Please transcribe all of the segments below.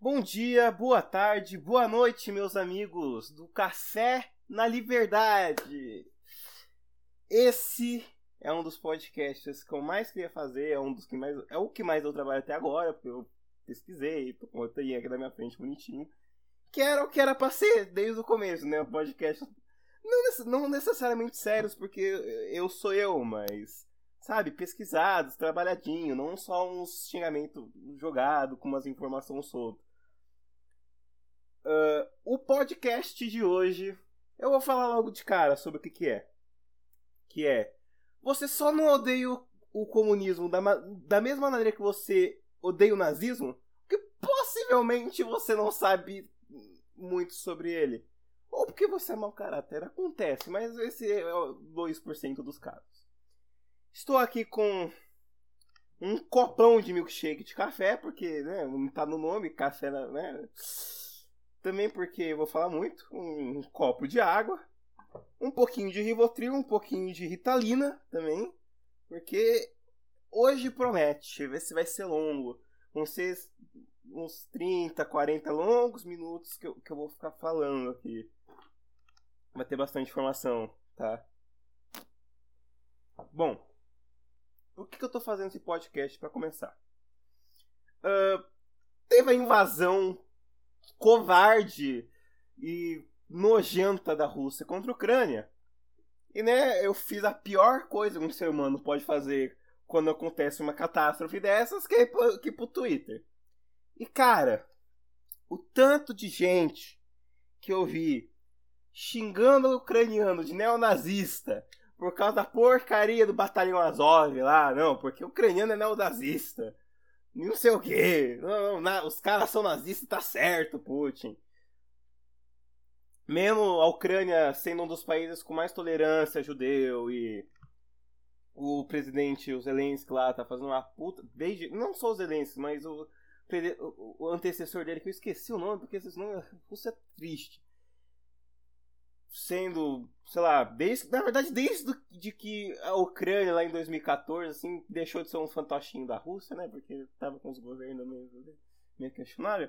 Bom dia, boa tarde, boa noite, meus amigos do Café na Liberdade. Esse é um dos podcasts que eu mais queria fazer, é o que mais eu trabalho até agora, porque eu pesquisei, tô com o roteirinho aqui na minha frente bonitinho. Que era o que era pra ser desde o começo, né? O podcast não necessariamente sérios, porque eu sou eu, mas, sabe, pesquisados, trabalhadinho, não só uns xingamentos jogados com umas informações soltas. O podcast de hoje, eu vou falar logo de cara sobre o que é. Que é, você só não odeia o comunismo da mesma maneira que você odeia o nazismo, porque possivelmente você não sabe muito sobre ele. Ou porque você é mau caráter, acontece, mas esse é 2% dos casos. Estou aqui com um copão de milkshake de café, porque, né, não tá no nome, café, né? Também porque eu vou falar muito, um copo de água, um pouquinho de Rivotril, um pouquinho de Ritalina também, porque hoje promete, ver se vai ser longo, vão ser uns 30, 40 longos minutos que eu vou ficar falando aqui. Vai ter bastante informação, tá? Bom, por que eu tô fazendo esse podcast pra começar? Teve a invasão covarde e nojenta da Rússia contra a Ucrânia. E, né, eu fiz a pior coisa que um ser humano pode fazer quando acontece uma catástrofe dessas, que é ir pro Twitter. E, cara, o tanto de gente que eu vi xingando o ucraniano de neonazista por causa da porcaria do batalhão Azov lá, não, porque o ucraniano é neonazista. Não sei o quê. Não, os caras são nazistas, tá certo, Putin. Mesmo a Ucrânia sendo um dos países com mais tolerância a judeu e o presidente, o Zelensky lá, tá fazendo uma puta... não só o Zelensky, mas o antecessor dele, que eu esqueci o nome, porque esse nome é triste. Sendo, sei lá, na verdade desde que a Ucrânia lá em 2014, assim, deixou de ser um fantochinho da Rússia, né, porque tava com os governos meio questionável.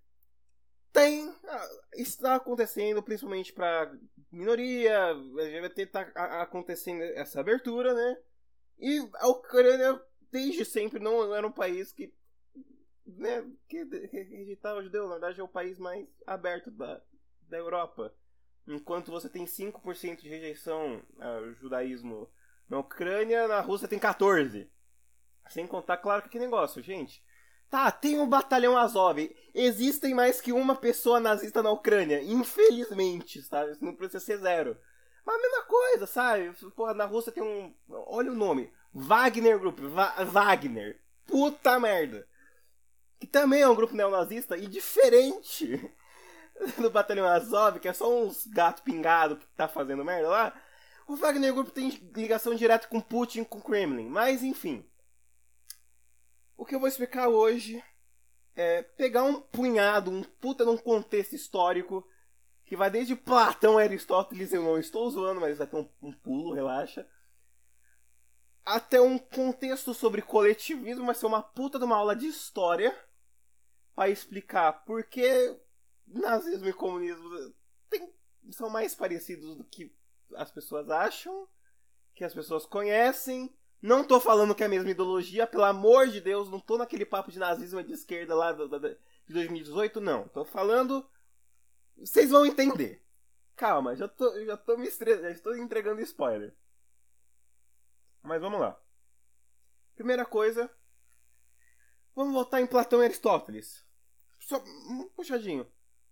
Está acontecendo principalmente para minoria, LGBT tá acontecendo essa abertura, né, e a Ucrânia desde sempre não era um país que, né, que rejeitava o judeu. Na verdade é o país mais aberto da Europa. Enquanto você tem 5% de rejeição ao judaísmo na Ucrânia, na Rússia tem 14%. Sem contar, claro, que negócio, gente. Tá, tem um batalhão Azov. Existem mais que uma pessoa nazista na Ucrânia. Infelizmente, sabe? Isso não precisa ser zero. Mas a mesma coisa, sabe? Porra, na Rússia tem um... Olha o nome. Wagner Group. Wagner. Puta merda. Que também é um grupo neonazista e diferente do batalhão Azov, que é só uns gato pingado que tá fazendo merda lá. O Wagner Group tem ligação direta com Putin, com Kremlin. Mas, enfim. O que eu vou explicar hoje é pegar um punhado, um puta num contexto histórico que vai desde Platão, Aristóteles, eu não estou zoando, mas vai ter um pulo, relaxa, até um contexto sobre coletivismo. Vai ser uma puta de uma aula de história para explicar por que nazismo e comunismo são mais parecidos do que as pessoas acham, que as pessoas conhecem. Não tô falando que é a mesma ideologia, pelo amor de Deus, não tô naquele papo de nazismo de esquerda lá de 2018, não. Tô falando... Vocês vão entender. Calma, já tô me estressando, já estou entregando spoiler. Mas vamos lá. Primeira coisa, vamos voltar em Platão e Aristóteles. Só um puxadinho.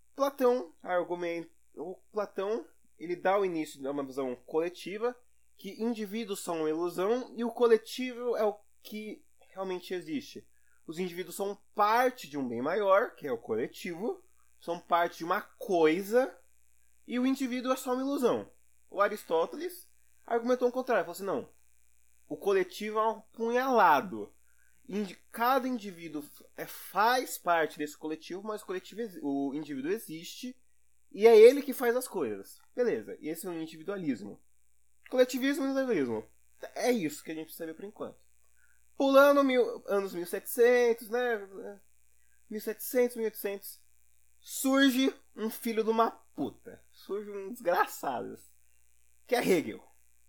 Platão, ele dá o início a uma visão coletiva, que indivíduos são uma ilusão e o coletivo é o que realmente existe. Os indivíduos são parte de um bem maior, que é o coletivo, são parte de uma coisa, e o indivíduo é só uma ilusão. O Aristóteles argumentou o contrário, falou assim, não, o coletivo é um punhalado. Cada indivíduo faz parte desse coletivo, mas o indivíduo existe e é ele que faz as coisas. Beleza, esse é o individualismo. Coletivismo e individualismo. É isso que a gente precisa ver por enquanto. Pulando anos 1700, né? 1700, 1800, surge um filho de uma puta. Surge um desgraçado. Que é Hegel.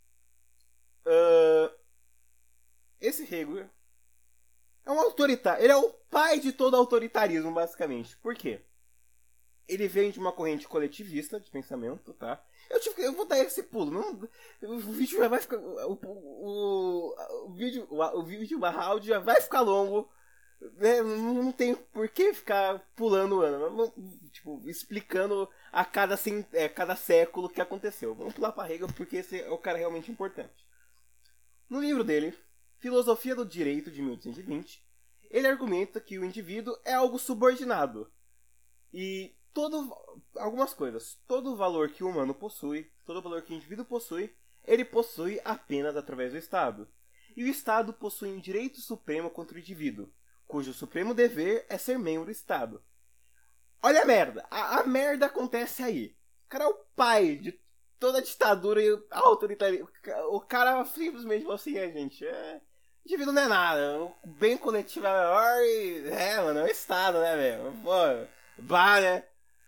Esse Hegel é um autoritário. Ele é o pai de todo autoritarismo, basicamente. Por quê? Ele vem de uma corrente coletivista de pensamento, tá? Eu vou dar esse pulo. Não, o vídeo já vai ficar. O vídeo áudio já vai ficar longo. Né? Não tem por que ficar pulando o ano. Tipo, explicando a cada século o que aconteceu. Vamos pular para Hegel porque esse é o cara realmente importante. No livro dele, Filosofia do Direito, de 1820, ele argumenta que o indivíduo é algo subordinado. E algumas coisas. Todo o valor que o humano possui, todo o valor que o indivíduo possui, ele possui apenas através do Estado. E o Estado possui um direito supremo contra o indivíduo, cujo supremo dever é ser membro do Estado. Olha a merda. A merda acontece aí. O cara é o pai de toda a ditadura e autoritarismo. O cara simplesmente falou assim, gente, o indivíduo não é nada. O bem coletivo é maior e... mano, é o Estado, né, velho? Pô, bah, né?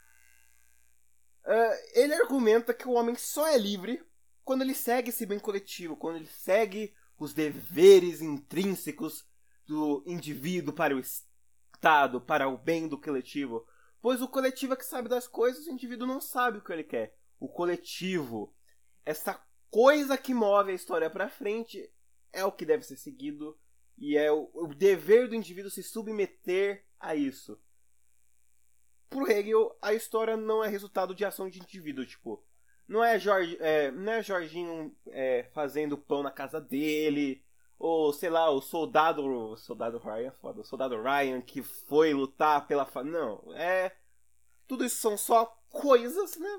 Ele argumenta que o homem só é livre quando ele segue esse bem coletivo, quando ele segue os deveres intrínsecos do indivíduo para o Estado, para o bem do coletivo. Pois o coletivo é que sabe das coisas, o indivíduo não sabe o que ele quer. O coletivo, essa coisa que move a história para frente, é o que deve ser seguido e é o dever do indivíduo se submeter a isso. Pro Hegel, a história não é resultado de ação de indivíduo, tipo, não é Jorginho fazendo pão na casa dele, ou sei lá, o soldado Ryan, foda, o soldado Ryan que foi lutar pela não, tudo isso são só coisas, né,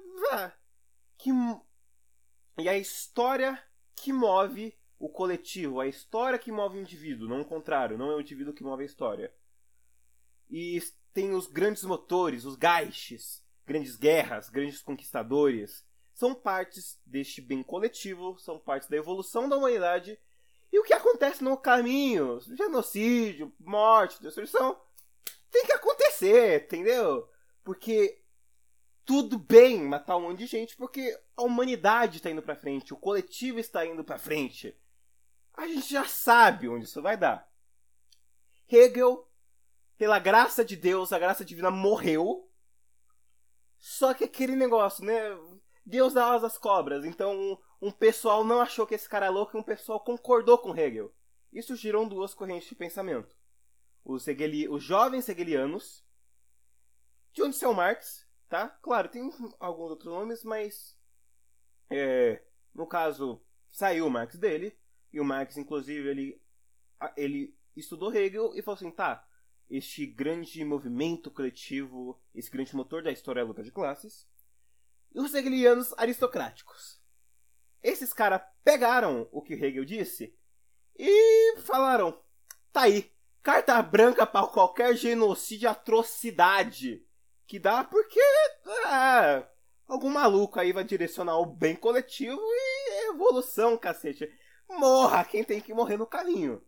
e a história que move o coletivo, a história que move o indivíduo, não o contrário, não é o indivíduo que move a história. E tem os grandes motores, os Geists, grandes guerras, grandes conquistadores, são partes deste bem coletivo, são partes da evolução da humanidade. E o que acontece no caminho, genocídio, morte, destruição, tem que acontecer, entendeu? Porque tudo bem matar um monte de gente, porque a humanidade está indo pra frente, o coletivo está indo pra frente. A gente já sabe onde isso vai dar. Hegel, pela graça de Deus, a graça divina morreu. Só que aquele negócio, né? Deus dá asas às cobras. Então um pessoal não achou que esse cara é louco e um pessoal concordou com Hegel. Isso girou duas correntes de pensamento. Os jovens hegelianos, de onde saiu Marx, tá? Claro, tem alguns outros nomes, mas no caso, saiu o Marx dele. E o Marx, inclusive, ele estudou Hegel e falou assim, tá, este grande movimento coletivo, esse grande motor da história é a luta de classes. E os hegelianos aristocráticos. Esses caras pegaram o que Hegel disse e falaram, tá aí, carta branca para qualquer genocídio e atrocidade que dá, porque algum maluco aí vai direcionar o bem coletivo e evolução, cacete. Morra quem tem que morrer no caminho.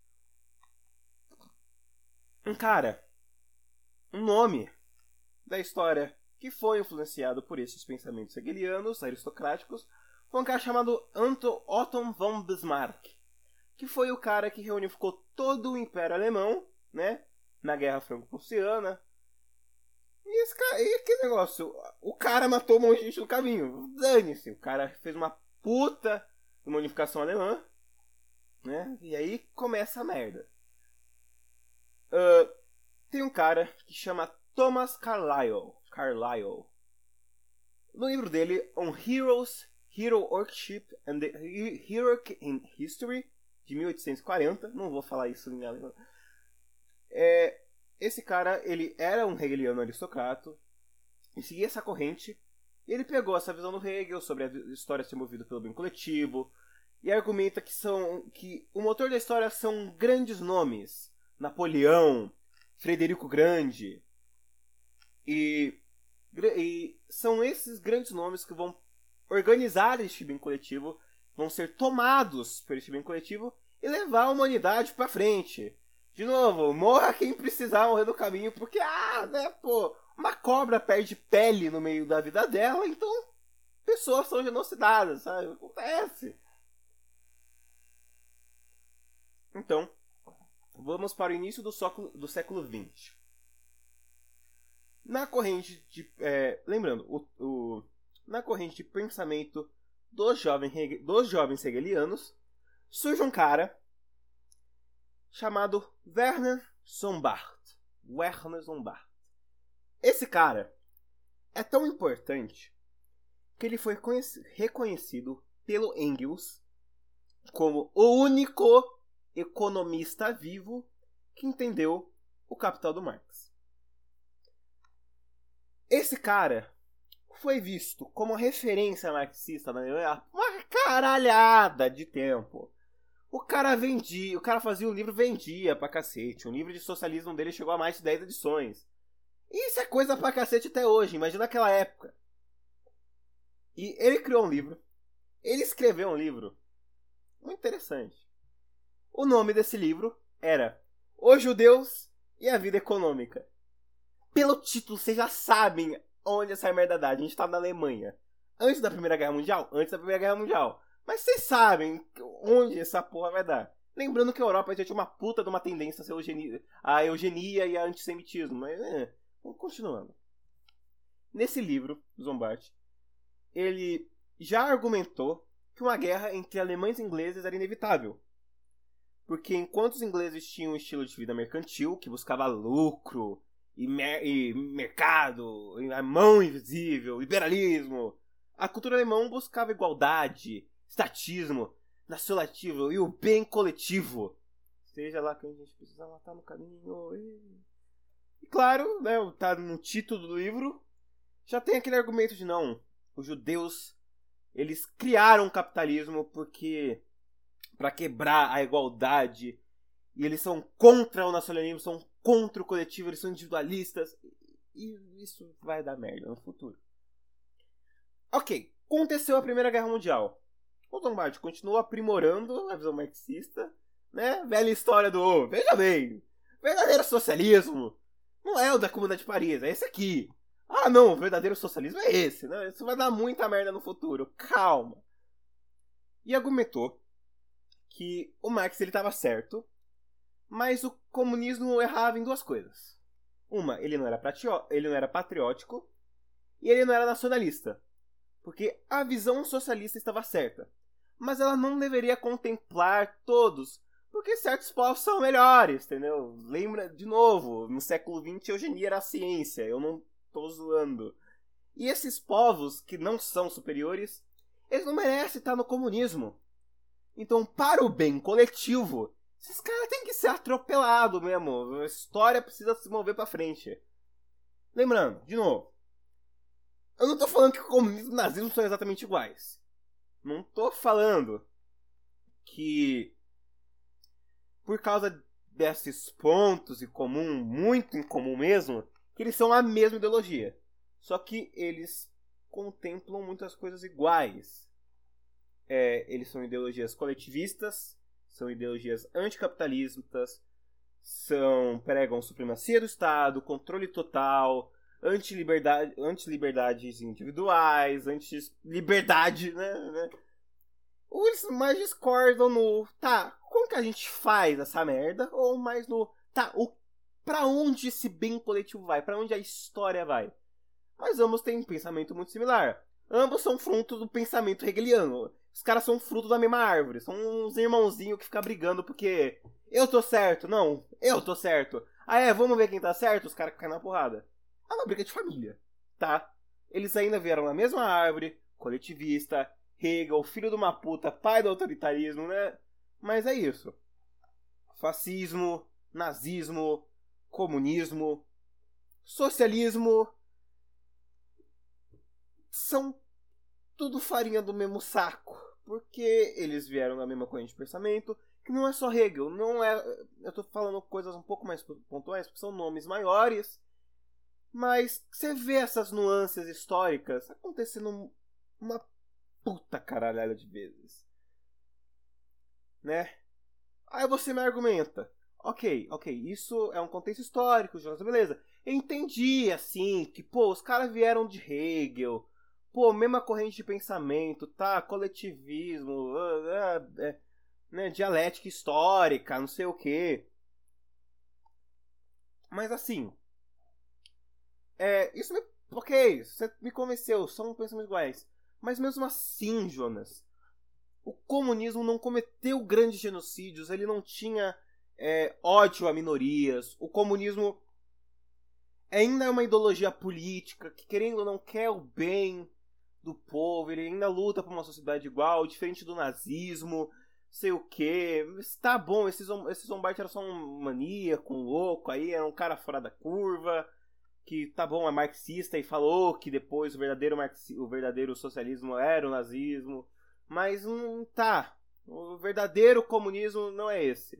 Um nome da história que foi influenciado por esses pensamentos hegelianos, aristocráticos, foi um cara chamado Otto von Bismarck, que foi o cara que reunificou todo o Império Alemão, né, na Guerra Franco-Prussiana. E aquele negócio, o cara matou um monte de gente no caminho, dane-se, o cara fez uma puta uma unificação alemã, né, e aí começa a merda. Tem um cara que chama Thomas Carlyle. No livro dele, On Hero Worship and the Heroic in History, de 1840, não vou falar isso em alemão. Esse cara, ele era um hegeliano aristocrata, e seguia essa corrente, e ele pegou essa visão do Hegel sobre a história ser movida pelo bem coletivo, e argumenta que o motor da história são grandes nomes, Napoleão, Frederico Grande, e são esses grandes nomes que vão organizar este bem coletivo, vão ser tomados por este bem coletivo e levar a humanidade para frente. De novo, morra quem precisar morrer no caminho, porque, né, pô, uma cobra perde pele no meio da vida dela, então pessoas são genocidadas, sabe? Acontece. Então, vamos para o início do século XX. Na corrente de... lembrando, na corrente de pensamento dos jovens hegelianos, surge um cara chamado Werner Sombart. Esse cara é tão importante que ele foi reconhecido pelo Engels como o único economista vivo que entendeu o Capital do Marx. Esse cara foi visto como referência marxista na Alemanha por uma caralhada de tempo. O cara fazia um livro, vendia pra cacete. Um livro de socialismo dele chegou a mais de 10 edições. E isso é coisa pra cacete até hoje, imagina aquela época. E ele criou um livro. Ele escreveu um livro muito interessante. O nome desse livro era Os Judeus e a Vida Econômica. Pelo título, vocês já sabem onde essa merda dá. A gente tá na Alemanha. Antes da Primeira Guerra Mundial? Antes da Primeira Guerra Mundial. Mas vocês sabem onde essa porra vai dar. Lembrando que a Europa já tinha uma puta de uma tendência a eugenia e a antissemitismo. Mas, continuando. Nesse livro, Zombart, ele já argumentou que uma guerra entre alemães e ingleses era inevitável. Porque enquanto os ingleses tinham um estilo de vida mercantil, que buscava lucro e mercado, a mão invisível, liberalismo, a cultura alemã buscava igualdade, estatismo, nacionalismo e o bem coletivo. Seja lá quem a gente precisa matar no caminho. E claro, né, tá no título do livro, já tem aquele argumento de não, os judeus, eles criaram o capitalismo porque para quebrar a igualdade, e eles são contra o nacionalismo, são contra o coletivo, eles são individualistas, e isso vai dar merda no futuro. Ok, aconteceu a Primeira Guerra Mundial. O Zombart continuou aprimorando a visão marxista, né? Velha história do, veja bem, verdadeiro socialismo não é o da Comuna de Paris, é esse aqui. Ah não, o verdadeiro socialismo é esse, né? Isso vai dar muita merda no futuro, calma. E argumentou que o Marx ele estava certo, mas o comunismo errava em duas coisas. Uma, ele não era patriótico e ele não era nacionalista. Porque a visão socialista estava certa, mas ela não deveria contemplar todos, porque certos povos são melhores, entendeu? Lembra, de novo, no século XX a eugenia era a ciência, eu não tô zoando. E esses povos que não são superiores, eles não merecem estar no comunismo. Então, para o bem coletivo, esses caras têm que ser atropelados mesmo. A história precisa se mover pra frente. Lembrando, de novo, eu não tô falando que o comunismo e o nazismo são exatamente iguais. Não tô falando que, por causa desses pontos em comum, muito em comum mesmo, que eles são a mesma ideologia. Só que eles contemplam muitas coisas iguais. Eles são ideologias coletivistas, são ideologias anticapitalistas, pregam supremacia do Estado, controle total, anti-liberdades individuais, anti-liberdade, né? Ou eles mais discordam no, como que a gente faz essa merda? Ou mais no, pra onde esse bem coletivo vai? Pra onde a história vai? Mas ambos têm um pensamento muito similar. Ambos são fruto do pensamento hegeliano. Os caras são fruto da mesma árvore. São uns irmãozinhos que ficam brigando porque eu tô certo. Não, eu tô certo. Vamos ver quem tá certo? Os caras caem na porrada. É uma briga de família, tá? Eles ainda vieram na mesma árvore, coletivista, Hegel, filho de uma puta, pai do autoritarismo, né? Mas é isso. Fascismo, nazismo, comunismo, socialismo são tudo farinha do mesmo saco. Porque eles vieram na mesma corrente de pensamento, que não é só Hegel, não é... Eu tô falando coisas um pouco mais pontuais, porque são nomes maiores, mas você vê essas nuances históricas acontecendo uma puta caralhada de vezes. Né? Aí você me argumenta, Ok, isso é um contexto histórico, Jonas, beleza. Eu entendi, assim, que, pô, os caras vieram de Hegel, pô, mesma corrente de pensamento, tá, coletivismo, né, dialética histórica, não sei o quê. Mas, assim, isso me... Ok, você me convenceu, são pensamentos iguais. Mas mesmo assim, Jonas, o comunismo não cometeu grandes genocídios, ele não tinha ódio a minorias. O comunismo ainda é uma ideologia política que, querendo ou não, quer o bem do povo, ele ainda luta por uma sociedade igual, diferente do nazismo, sei o que. Tá bom, esse Zombart era só um maníaco, um louco aí, era um cara fora da curva, que tá bom, é marxista e falou que depois o verdadeiro socialismo era o nazismo, mas tá, o verdadeiro comunismo não é esse.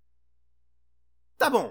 Tá bom,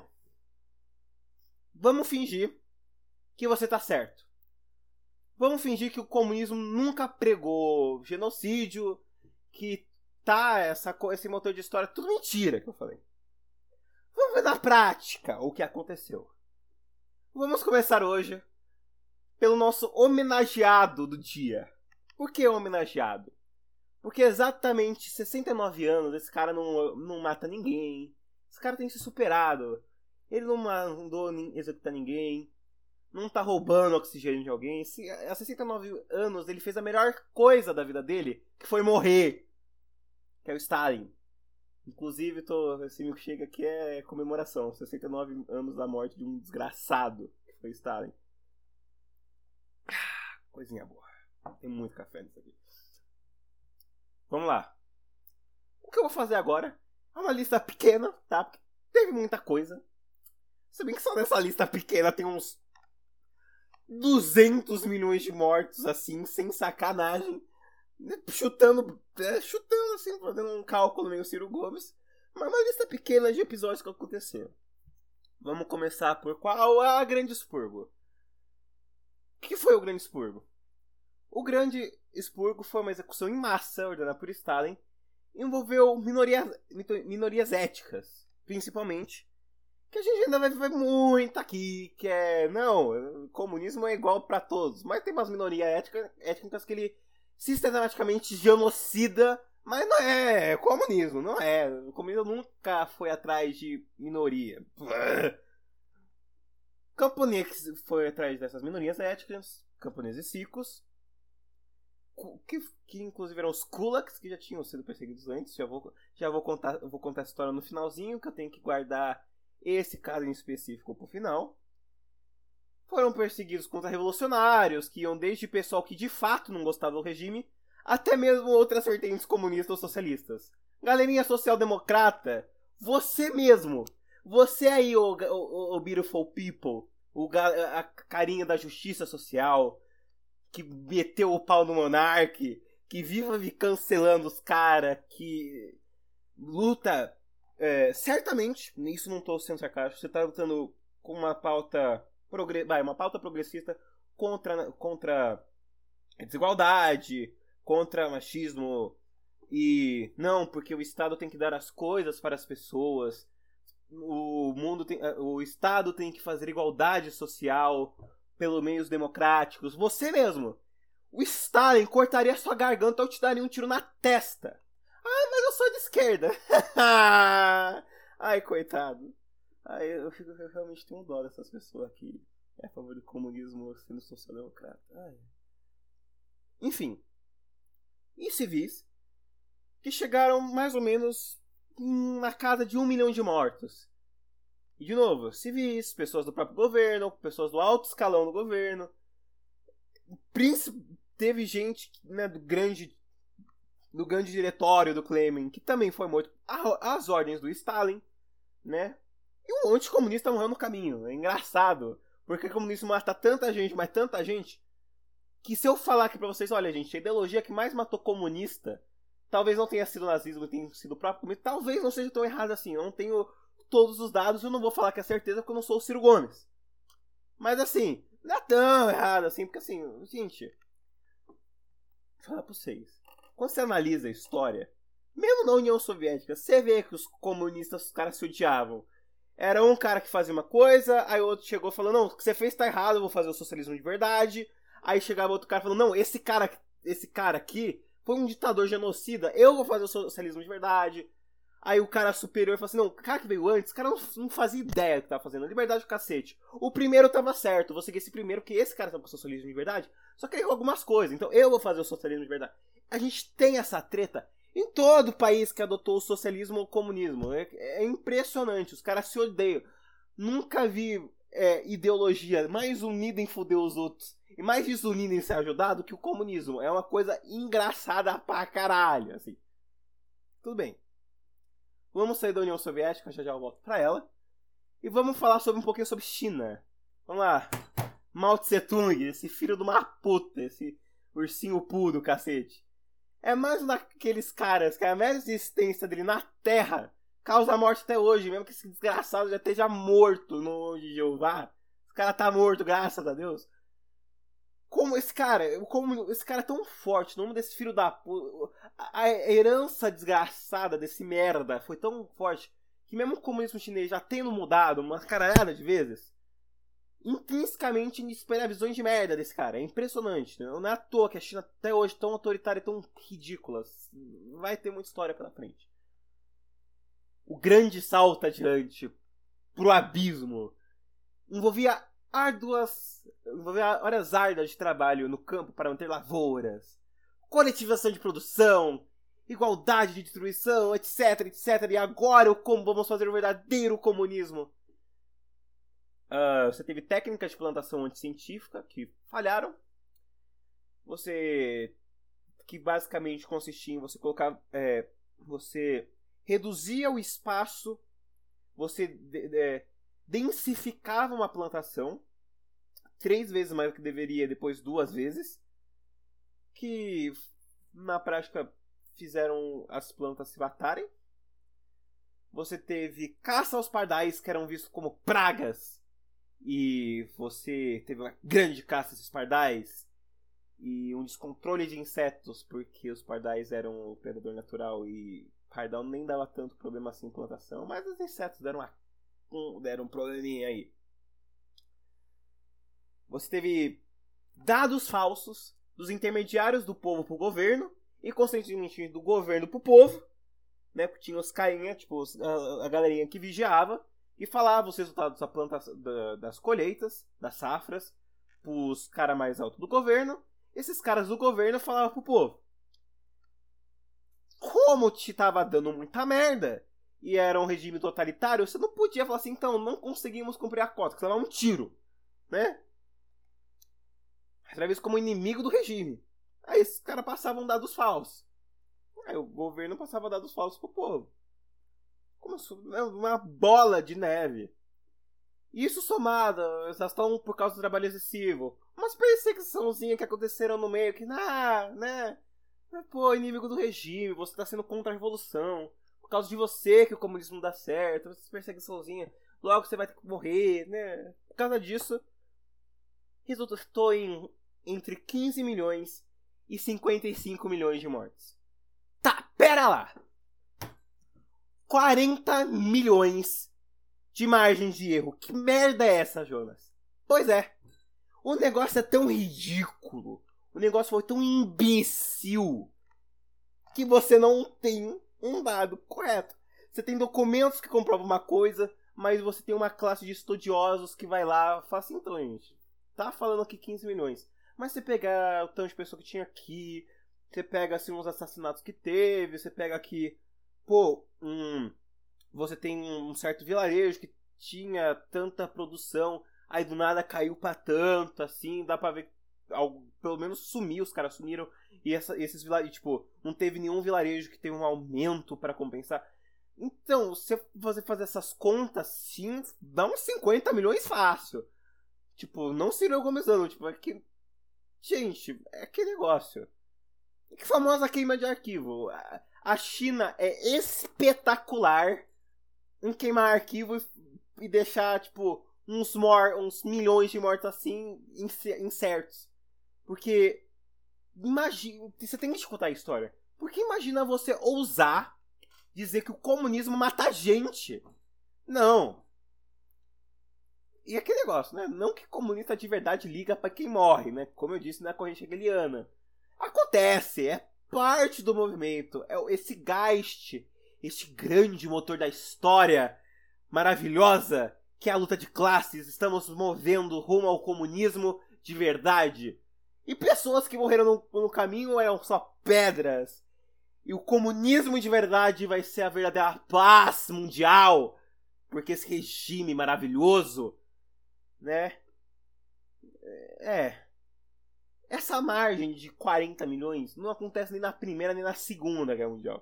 vamos fingir que você tá certo. Vamos fingir que o comunismo nunca pregou genocídio, que tá esse motor de história, tudo mentira que eu falei. Vamos ver na prática o que aconteceu. Vamos começar hoje pelo nosso homenageado do dia. Por que homenageado? Porque exatamente 69 anos esse cara não mata ninguém. Esse cara tem se superado. Ele não mandou executar ninguém. Não tá roubando oxigênio de alguém. Há 69 anos ele fez a melhor coisa da vida dele, que foi morrer. Que é o Stalin. Inclusive, esse milkshake aqui é comemoração. 69 anos da morte de um desgraçado, que foi Stalin. Coisinha boa. Tem muito café nisso aqui. Vamos lá. O que eu vou fazer agora é uma lista pequena, tá? Porque teve muita coisa. Se bem que só nessa lista pequena tem uns 200 milhões de mortos, assim, sem sacanagem. Chutando assim, fazendo um cálculo meio Ciro Gomes. Mas uma lista pequena de episódios que aconteceram. Vamos começar por qual? A Grande Expurgo. O que foi o Grande Expurgo? O Grande Expurgo foi uma execução em massa ordenada por Stalin. Envolveu minorias éticas, principalmente. Que a gente ainda vai ver muito aqui, que não, comunismo é igual pra todos. Mas tem umas minorias étnicas que ele sistematicamente genocida, mas não é comunismo, não é. O comunismo nunca foi atrás de minoria. Camponês foi atrás dessas minorias étnicas, camponeses ricos, que inclusive eram os kulaks, que já tinham sido perseguidos antes. Já vou contar a história no finalzinho, que eu tenho que guardar esse caso em específico pro final. Foram perseguidos contra revolucionários, que iam desde pessoal que de fato não gostava do regime, até mesmo outras vertentes comunistas ou socialistas. Galerinha social-democrata, você mesmo, você aí, o beautiful people, a carinha da justiça social, que meteu o pau no monarca, que vive cancelando os caras, que luta, certamente, isso não estou sendo sarcástico, você está lutando com uma pauta progressista contra a desigualdade, contra machismo, e não, porque o Estado tem que dar as coisas para as pessoas, o Estado tem que fazer igualdade social pelos meios democráticos. Você mesmo, o Stalin cortaria sua garganta ou te daria um tiro na testa. Ah, mas eu sou de esquerda. Ai, coitado. Eu realmente tenho dó dessas pessoas que é a favor do comunismo sendo social-democrata. Enfim. E civis que chegaram mais ou menos na casa de 1 milhão de mortos. E de novo, civis, pessoas do próprio governo, pessoas do alto escalão do governo. Teve gente, né, do grande diretório do Kremlin que também foi morto às ordens do Stalin, né? E um monte de comunista morreu no caminho. É engraçado, porque o comunismo mata tanta gente, mas tanta gente, que se eu falar aqui pra vocês, olha gente, a ideologia que mais matou comunista talvez não tenha sido o nazismo, tenha sido o próprio comunismo, talvez não seja tão errado assim. Eu não tenho todos os dados, eu não vou falar que é certeza porque eu não sou o Ciro Gomes. Mas assim, não é tão errado assim, porque assim, gente, vou falar pra vocês. Quando você analisa a história, Mesmo na União Soviética, você vê que os comunistas, os caras se odiavam. Era um cara que fazia uma coisa, aí o outro chegou falando, não, o que você fez tá errado, eu vou fazer o socialismo de verdade. Aí chegava outro cara falando, não, esse cara aqui foi um ditador genocida, eu vou fazer o socialismo de verdade. Aí o cara superior falou assim, não, o cara que veio antes, o cara não fazia ideia do que tava fazendo, liberdade do cacete. O primeiro tava certo, vou seguir esse primeiro, porque esse cara tava com o socialismo de verdade, só que ele errou algumas coisas, então eu vou fazer o socialismo de verdade. A gente tem essa treta em todo país que adotou o socialismo ou o comunismo. É impressionante, os caras se odeiam. Nunca vi ideologia mais unida em foder os outros e mais desunida em ser ajudado que o comunismo. É uma coisa engraçada pra caralho, assim. Tudo bem. Vamos sair da União Soviética, já eu volto pra ela. E vamos falar um pouquinho sobre China. Vamos lá. Mao Tse Tung, esse filho de uma puta, esse ursinho puro, cacete. É mais um daqueles caras que a média de existência dele na Terra causa a morte até hoje, mesmo que esse desgraçado já esteja morto no nome de Jeová. Esse cara tá morto, graças a Deus. Como esse cara é tão forte, o nome desse filho da puta, a herança desgraçada desse merda foi tão forte que mesmo o comunismo chinês já tendo mudado uma caralhada de vezes, intrinsecamente espelha visões de merda desse cara. É impressionante. Não é à toa que a China até hoje é tão autoritária e tão ridícula. Vai ter muita história pela frente. O grande salto adiante pro abismo envolvia horas árduas de trabalho no campo para manter lavouras, coletivização de produção, igualdade de distribuição, etc, etc. E agora vamos fazer o verdadeiro comunismo. Você teve técnicas de plantação anticientífica que falharam. Que basicamente consistia em você colocar... você reduzia o espaço, você densificava uma plantação 3 vezes mais do que deveria, depois 2 vezes, que na prática fizeram as plantas se matarem. Você teve caça aos pardais, que eram vistos como pragas, e você teve uma grande caça a esses pardais e um descontrole de insetos, porque os pardais eram o predador natural e pardal nem dava tanto problema assim em plantação, mas os insetos deram um probleminha aí. Você teve dados falsos dos intermediários do povo pro governo e consequentemente do governo pro povo, né? Porque tinha os carinha, tipo a galerinha que vigiava e falava os resultados das colheitas, das safras, pros caras mais altos do governo. Esses caras do governo falavam pro povo. Como te tava dando muita merda e era um regime totalitário, você não podia falar assim, então, não conseguimos cumprir a cota, que você vai dar um tiro, né? Você era visto como inimigo do regime. Aí esses caras passavam dados falsos. Aí o governo passava dados falsos pro povo. Começou uma bola de neve. Isso somado, exaustão por causa do trabalho excessivo. Umas perseguiçãozinhas que aconteceram no meio que, né? Pô, inimigo do regime, você tá sendo contra a revolução. Por causa de você que o comunismo não dá certo. Essas perseguiçãozinhas. Logo você vai ter que morrer, né? Por causa disso, resultou em entre 15 milhões e 55 milhões de mortes. Tá, pera lá! 40 milhões de margem de erro. Que merda é essa, Jonas? Pois é. O negócio é tão ridículo. O negócio foi tão imbecil que você não tem um dado correto. Você tem documentos que comprovam uma coisa, mas você tem uma classe de estudiosos que vai lá e fala assim, então, gente, tá falando aqui 15 milhões. Mas você pega o tanto de pessoa que tinha aqui, você pega assim uns assassinatos que teve, você pega aqui, você tem um certo vilarejo que tinha tanta produção, aí do nada caiu pra tanto, assim, dá pra ver, pelo menos sumiu, os caras sumiram, e esses vilarejos, tipo, não teve nenhum vilarejo que teve um aumento pra compensar. Então, se você fazer essas contas, sim, dá uns 50 milhões fácil. Tipo, não Ciro Gomes não, tipo, é que... Gente, é que negócio. Que famosa queima de arquivo. A China é espetacular em queimar arquivo e deixar, tipo, uns milhões de mortos assim incertos. Porque, imagina, você tem que escutar a história. Porque imagina você ousar dizer que o comunismo mata gente. Não. E aquele negócio, né? Não que comunista de verdade liga pra quem morre, né? Como eu disse na corrente hegeliana. Acontece, é parte do movimento. É esse Geist, este grande motor da história maravilhosa, que é a luta de classes. Estamos movendo rumo ao comunismo de verdade. E pessoas que morreram no caminho eram só pedras. E o comunismo de verdade vai ser a verdadeira paz mundial. Porque esse regime maravilhoso, né? Essa margem de 40 milhões não acontece nem na Primeira nem na Segunda Guerra Mundial.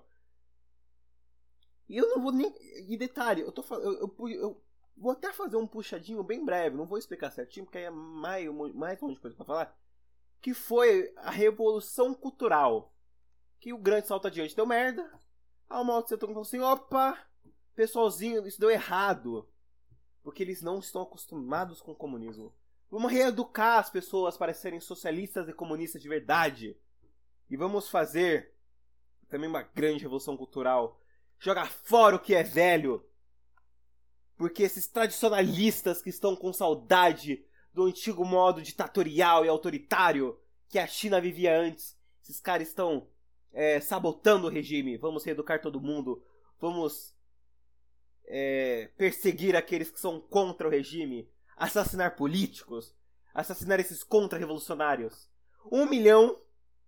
E eu não vou nem... E detalhe, eu vou até fazer um puxadinho bem breve. Não vou explicar certinho, porque aí é mais um monte de coisa pra falar. Que foi a Revolução Cultural. Que o grande salto adiante deu merda. Aí o Mao Tse Tung falou assim, opa, pessoalzinho, isso deu errado. Porque eles não estão acostumados com o comunismo. Vamos reeducar as pessoas para serem socialistas e comunistas de verdade. E vamos fazer também uma grande revolução cultural. Jogar fora o que é velho. Porque esses tradicionalistas que estão com saudade do antigo modo ditatorial e autoritário que a China vivia antes, esses caras estão sabotando o regime. Vamos reeducar todo mundo. Vamos perseguir aqueles que são contra o regime. Assassinar políticos. Assassinar esses contra-revolucionários. 1 milhão.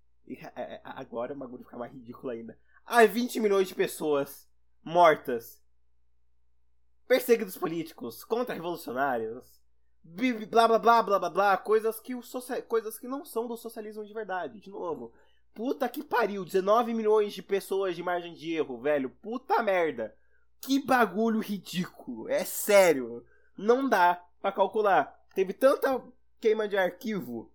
Agora o bagulho fica mais ridículo ainda. Há 20 milhões de pessoas mortas. Perseguidos políticos. Contra-revolucionários. Blá blá blá blá blá blá. Coisas que não são do socialismo de verdade. De novo. Puta que pariu. 19 milhões de pessoas de margem de erro, velho. Puta merda. Que bagulho ridículo. É sério. Não dá pra calcular. Teve tanta queima de arquivo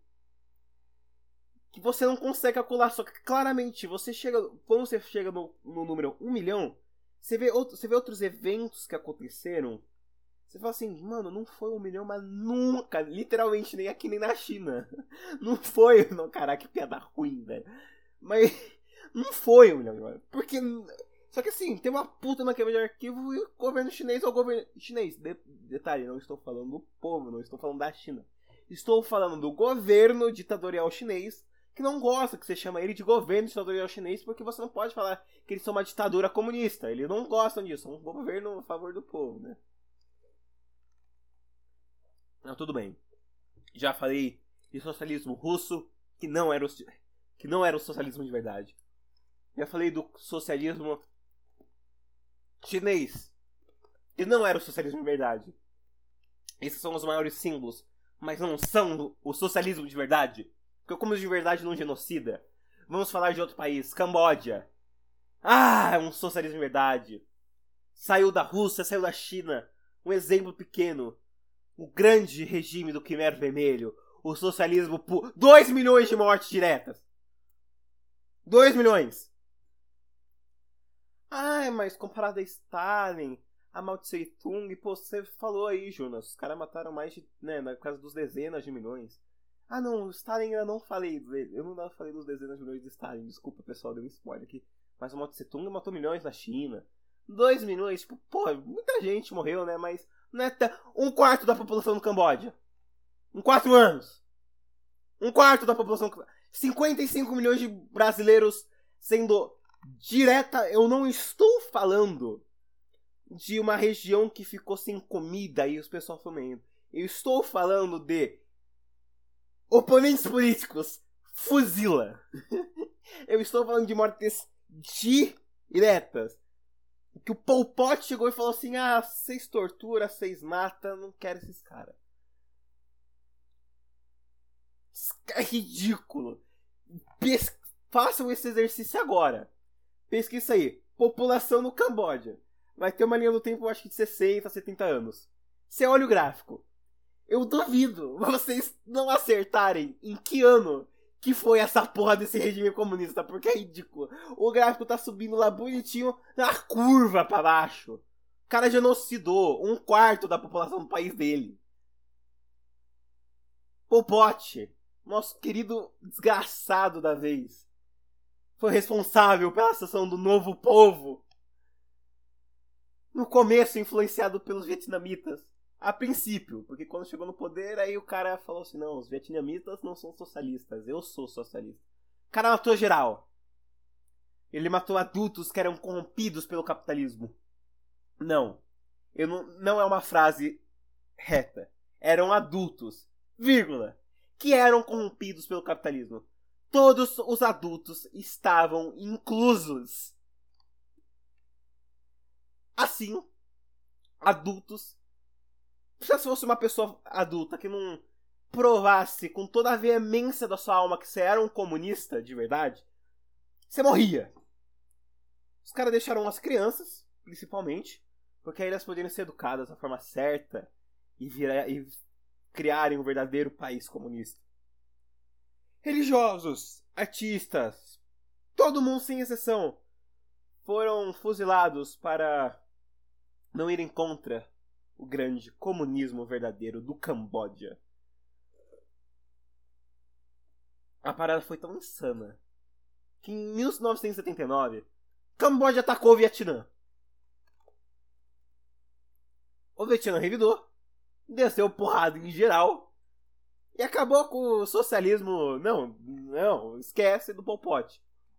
que você não consegue calcular. Só que claramente, quando você chega no número 1 milhão, você vê outros eventos que aconteceram. Você fala assim, mano, não foi 1 milhão, mas nunca, literalmente, nem aqui nem na China. Não foi, não, caraca, que piada ruim, velho. Mas não foi 1 milhão, porque... Só que assim, tem uma puta na queima de arquivo e o governo chinês é o governo chinês. Detalhe, não estou falando do povo, não estou falando da China. Estou falando do governo ditatorial chinês, que não gosta que você chama ele de governo ditatorial chinês, porque você não pode falar que eles são uma ditadura comunista. Eles não gostam disso, são um governo a favor do povo, né? Não, tudo bem. Já falei de socialismo russo, que não era o socialismo de verdade. Já falei do socialismo chinês, que não era o socialismo de verdade. Esses são os maiores símbolos, mas não são o socialismo de verdade. Porque o comunismo de verdade não genocida. Vamos falar de outro país, Camboja. É um socialismo de verdade. Saiu da Rússia, saiu da China. Um exemplo pequeno. O grande regime do Khmer Vermelho. O socialismo por 2 milhões de mortes diretas. 2 milhões. Mas comparado a Stalin, a Mao Tse Tung, pô, você falou aí, Jonas, os caras mataram mais de, na casa dos dezenas de milhões. Não, o Stalin ainda não falei dele. Eu não falei dos dezenas de milhões de Stalin, desculpa pessoal, deu um spoiler aqui. Mas o Mao Tse Tung matou milhões na China. 2 milhões, tipo, pô, muita gente morreu, né, mas não é 1/4 da população do Camboja. Em 4 anos. 1/4 da população. 55 milhões de brasileiros sendo direta. Eu não estou falando de uma região que ficou sem comida e os pessoal fomendo. Eu estou falando de oponentes políticos. Fuzila. Eu estou falando de mortes diretas. Que o Pol Pot chegou e falou assim: vocês torturam, vocês matam, não quero esses caras. É ridículo. Façam esse exercício agora. Pesquisa aí. População no Camboja. Vai ter uma linha do tempo, acho que de 60, 70 anos. Você olha o gráfico. Eu duvido vocês não acertarem em que ano que foi essa porra desse regime comunista, porque é ridículo. O gráfico tá subindo lá bonitinho, na curva pra baixo. O cara genocidou 1/4 da população do país dele. Pol Pot, nosso querido desgraçado da vez, foi responsável pela ascensão do novo povo. No começo, influenciado pelos vietnamitas. A princípio, porque quando chegou no poder, aí o cara falou assim, não, os vietnamitas não são socialistas, eu sou socialista. O cara matou geral. Ele matou adultos que eram corrompidos pelo capitalismo. Não. Não é uma frase reta. Eram adultos, vírgula, que eram corrompidos pelo capitalismo. Todos os adultos estavam inclusos. Assim, adultos, se fosse uma pessoa adulta que não provasse com toda a veemência da sua alma que você era um comunista de verdade, você morria. Os caras deixaram as crianças, principalmente, porque aí elas poderiam ser educadas da forma certa e criarem um verdadeiro país comunista. Religiosos, artistas, todo mundo sem exceção, foram fuzilados para não irem contra o grande comunismo verdadeiro do Camboja. A parada foi tão insana que em 1979, Camboja atacou o Vietnã. O Vietnã revidou, desceu porrada em geral e acabou com o socialismo. Não, esquece do Pol Pot.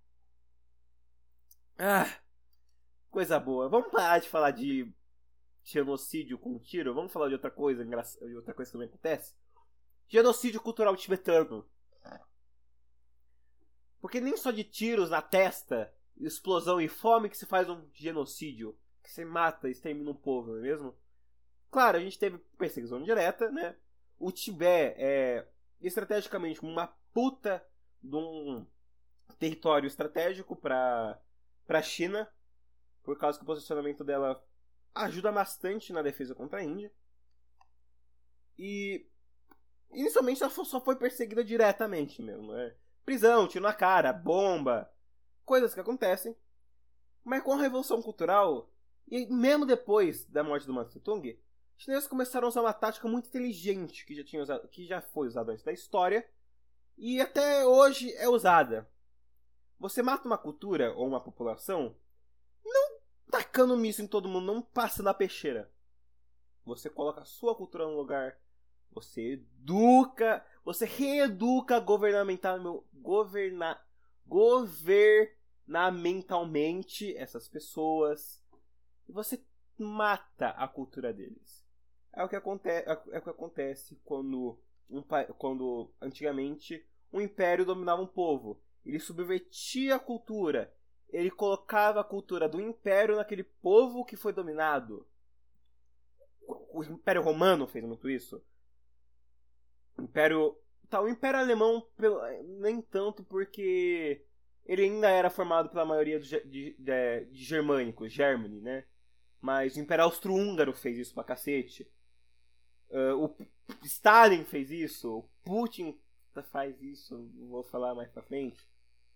Coisa boa. Vamos parar de falar de genocídio com tiro. Vamos falar de outra coisa de outra coisa que também acontece. Genocídio cultural tibetano. Porque nem só de tiros na testa, explosão e fome que se faz um genocídio. Que se mata e extermina um povo, não é mesmo? Claro, a gente teve perseguição direta, né? O Tibete é estrategicamente uma puta de um território estratégico para a China, por causa que o posicionamento dela ajuda bastante na defesa contra a Índia. E inicialmente ela só foi perseguida diretamente mesmo, né? Prisão, tiro na cara, bomba, coisas que acontecem. Mas com a Revolução Cultural, e mesmo depois da morte do Mao Tse-tung, os chineses começaram a usar uma tática muito inteligente que já foi usada antes da história e até hoje é usada. Você mata uma cultura ou uma população não tacando míssil em todo mundo, não passa na peixeira. Você coloca a sua cultura no lugar, você educa, você reeduca governamentalmente essas pessoas e você mata a cultura deles. É o que acontece quando antigamente um império dominava um povo. Ele subvertia a cultura. Ele colocava a cultura do império naquele povo que foi dominado. O Império Romano fez muito isso. O Império Alemão nem tanto, porque ele ainda era formado pela maioria de germânicos, Germany, né? Mas o Império Austro-Húngaro fez isso pra cacete. O Stalin fez isso. O Putin faz isso. Vou falar mais pra frente.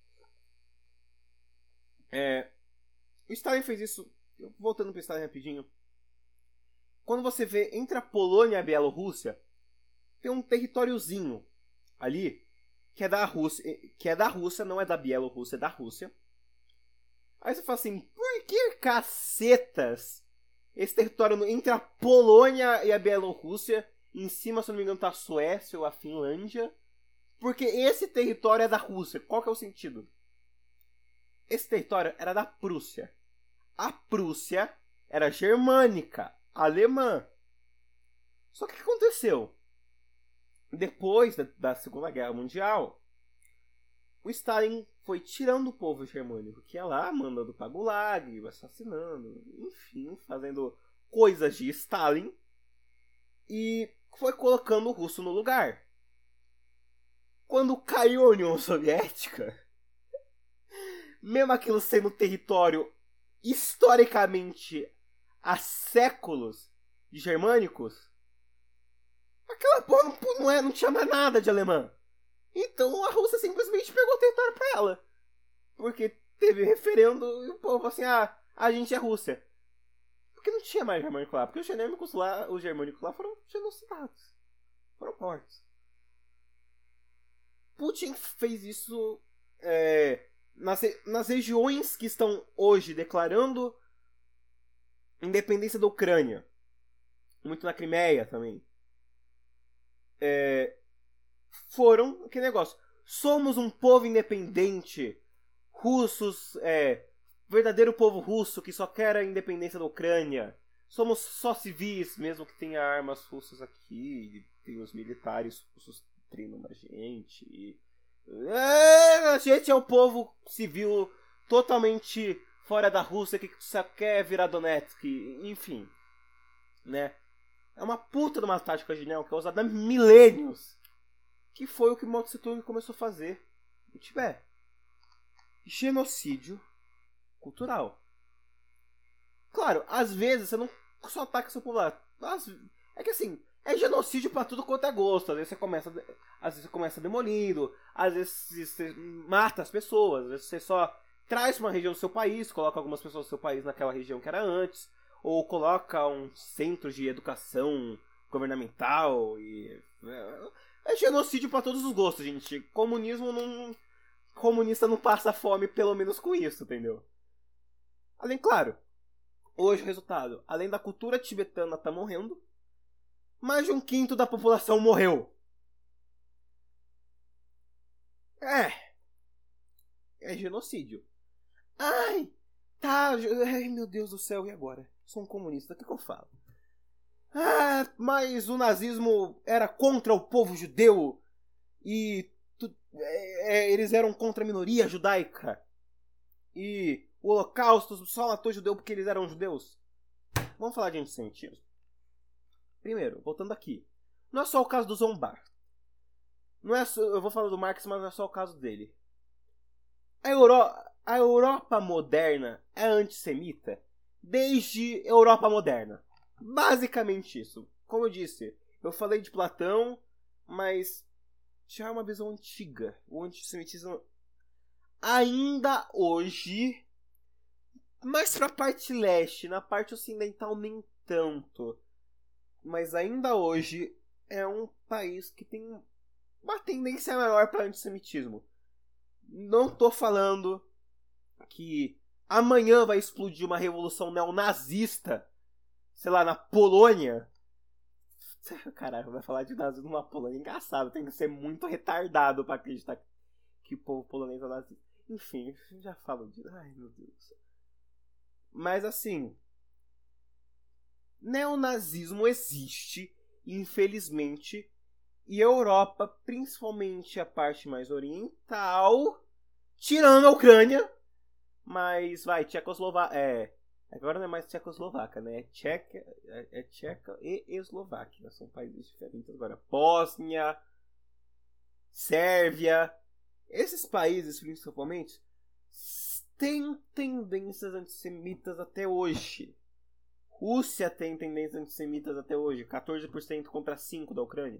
O Stalin fez isso. Voltando pro Stalin rapidinho. Quando você vê entre a Polônia e a Bielorrússia, tem um territóriozinho ali que é da Rússia, não é da Bielorrússia, é da Rússia. Aí você fala assim, por que cacetas esse território entre a Polônia e a Bielorrússia, em cima, se não me engano, tá a Suécia ou a Finlândia? Porque esse território é da Rússia. Qual que é o sentido? Esse território era da Prússia. A Prússia era germânica, alemã. Só que o que aconteceu? Depois da Segunda Guerra Mundial, o Stalin foi tirando o povo germânico que ia lá, mandando pra Gulag, assassinando, enfim, fazendo coisas de Stalin, e foi colocando o russo no lugar. Quando caiu a União Soviética, mesmo aquilo sendo território historicamente há séculos de germânicos, aquela porra não tinha mais nada de alemã. Então a Rússia simplesmente pegou o território pra ela. Porque teve referendo e o povo falou assim, a gente é Rússia. Porque não tinha mais germânico lá. Porque os germânicos lá foram genocidados. Foram mortos. Putin fez isso nas regiões que estão hoje declarando independência da Ucrânia, muito na Crimeia também, foram que negócio. Somos um povo independente, russos, verdadeiro povo russo que só quer a independência da Ucrânia. Somos só civis, mesmo que tenha armas russas aqui, tem os militares russos treinando a gente. A gente é um povo civil totalmente fora da Rússia que só quer virar Donetsk, enfim, né? É uma puta de uma tática genial que é usada há milênios, que foi o que Mao Tse Tung começou a fazer no Tibete. Genocídio cultural. Claro, às vezes você não só ataca seu povo lá. É que assim, é genocídio pra tudo quanto é gosto. Às vezes você começa demolindo, às vezes você mata as pessoas, às vezes você só traz uma região do seu país, coloca algumas pessoas do seu país naquela região que era antes, ou coloca um centro de educação governamental e é genocídio pra todos os gostos, gente. Comunista não passa fome, pelo menos com isso, entendeu? Além, claro, hoje o resultado, além da cultura tibetana tá morrendo, mais de 1/5 da população morreu. É genocídio. Ai, tá, ai meu Deus do céu, e agora? Sou um comunista, o que eu falo? Mas o nazismo era contra o povo judeu e eles eram contra a minoria judaica. E o Holocausto só matou judeu porque eles eram judeus. Vamos falar de antissemitismo. Primeiro, voltando aqui. Não é só o caso do Zombar. Eu vou falar do Marx, mas não é só o caso dele. A Europa moderna é antissemita desde Europa moderna. Basicamente isso. Como eu disse, eu falei de Platão, mas já é uma visão antiga. O antissemitismo ainda hoje, mais pra parte leste, na parte ocidental nem tanto, mas ainda hoje é um país que tem uma tendência maior para antissemitismo. Não tô falando que amanhã vai explodir uma revolução neonazista, sei lá, na Polônia. Caralho, vai falar de nazismo na Polônia. Engraçado, tem que ser muito retardado pra acreditar que o povo polonês é nazista. Enfim, já falo disso. Ai, meu Deus. Mas assim, neonazismo existe, infelizmente, e a Europa, principalmente a parte mais oriental, tirando a Ucrânia, mas vai, Tchecoslováquia. Agora não é mais Tchecoslováquia, né? É Tcheca e Eslováquia. São países diferentes agora. Bósnia, Sérvia. Esses países, principalmente, têm tendências antissemitas até hoje. Rússia tem tendências antissemitas até hoje. 14% contra 5% da Ucrânia.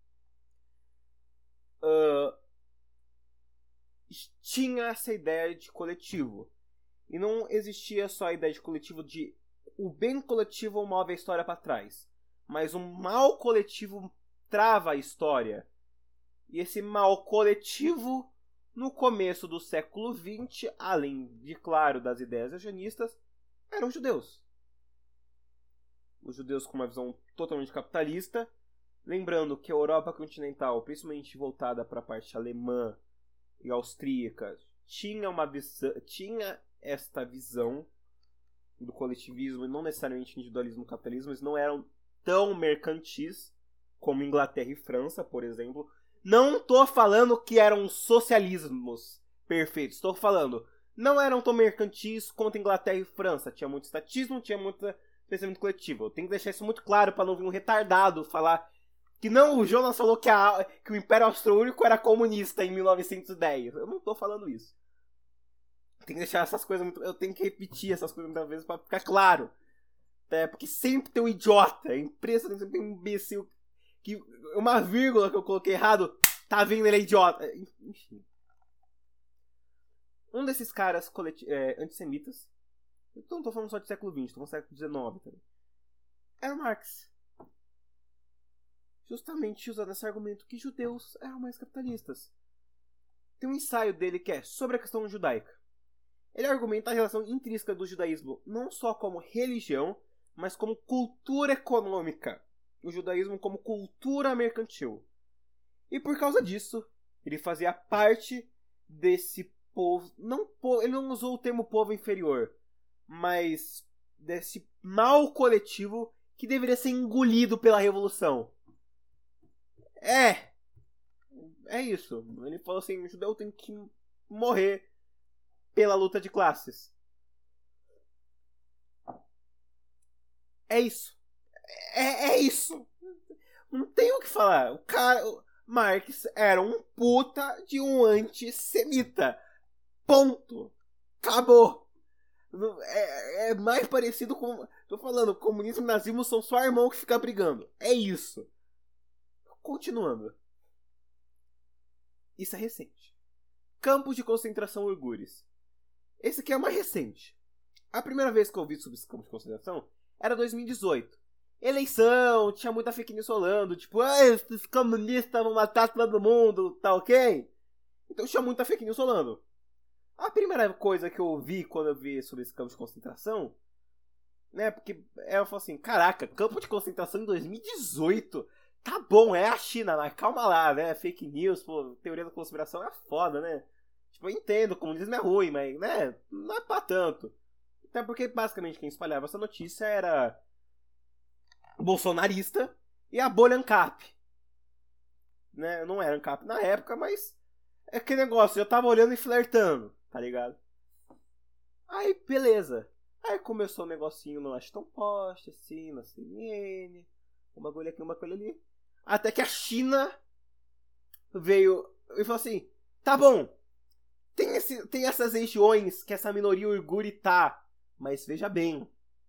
Tinha essa ideia de coletivo. E não existia só a ideia de coletivo de o bem coletivo move a história para trás. Mas o mal coletivo trava a história. E esse mal coletivo, no começo do século XX, além de, claro, das ideias eugenistas, eram judeus. Os judeus com uma visão totalmente capitalista. Lembrando que a Europa continental, principalmente voltada para a parte alemã e austríaca, tinha esta visão do coletivismo e não necessariamente individualismo e capitalismo. Eles não eram tão mercantis como Inglaterra e França, por exemplo. Não tô falando que eram socialismos perfeitos. Estou falando, não eram tão mercantis quanto Inglaterra e França. Tinha muito estatismo, tinha muito pensamento coletivo. Eu tenho que deixar isso muito claro para não vir um retardado falar que não, o Jonas falou que o Império Austro-Húngaro era comunista em 1910. Eu não tô falando isso. Tem que deixar essas coisas muito... Eu tenho que repetir essas coisas muitas vezes pra ficar claro. Porque sempre tem um idiota. É impressionante, sempre tem um imbecil que uma vírgula que eu coloquei errado, tá vindo, ele é idiota. Enfim. Um desses caras antissemitas, eu não tô falando só de século XX, tô falando do século XIX também, era o Marx. Justamente usando esse argumento que judeus eram mais capitalistas. tem um ensaio dele que é sobre a questão judaica. Ele argumenta a relação intrínseca do judaísmo não só como religião, mas como cultura econômica. O judaísmo como cultura mercantil. E por causa disso, ele fazia parte desse povo... ele não usou o termo povo inferior, mas desse mal coletivo que deveria ser engolido pela revolução. É isso. Ele falou assim, o judeu tem que morrer pela luta de classes. É isso. É isso. Não tem o que falar. O Marx era um puta de um antissemita. Ponto. Acabou. É mais parecido com... Tô falando, comunismo e nazismo são só irmão que fica brigando. É isso. Continuando. Isso é recente. Campos de concentração uigures. Esse aqui é mais recente. A primeira vez que eu ouvi sobre esse campo de concentração era 2018. Eleição, tinha muita fake news rolando. Tipo, esses comunistas vão matar todo mundo, tá ok? Então tinha muita fake news rolando. A primeira coisa que eu ouvi quando eu vi sobre esse campo de concentração, né, porque ela falou assim, caraca, campo de concentração em 2018, tá bom, é a China, mas calma lá, né, fake news, pô, teoria da conspiração é foda, né, tipo, eu entendo, o comunismo é ruim, mas, né, não é pra tanto, até porque basicamente quem espalhava essa notícia era bolsonarista e a bolha ANCAP, né, não era ANCAP na época, mas é que negócio, eu tava olhando e flertando, tá ligado? Aí, beleza. Aí começou um negocinho no Washington Post, assim, na CNN, uma bagulho aqui, uma coisa ali. Até que a China veio e falou assim, tá bom, tem essas regiões que essa minoria uigur tá, mas veja bem,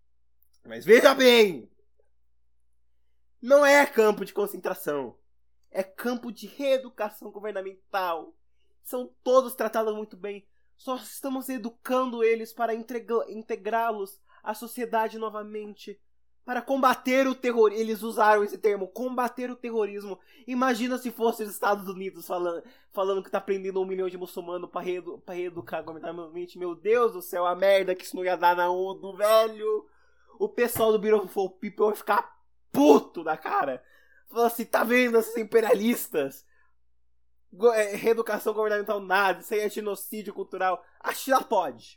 não é campo de concentração, é campo de reeducação governamental. São todos tratados muito bem. Só estamos educando eles para integrá-los à sociedade novamente. Para combater o terrorismo. Eles usaram esse termo, combater o terrorismo. Imagina se fosse os Estados Unidos falando que tá prendendo 1 milhão de muçulmanos para reeducar governamentalmente. Meu Deus do céu, a merda que isso não ia dar na ONU, velho. O pessoal do Beautiful People vai ficar puto da cara. Falando assim, tá vendo esses imperialistas? Reeducação governamental nada, isso aí é genocídio cultural. A China pode.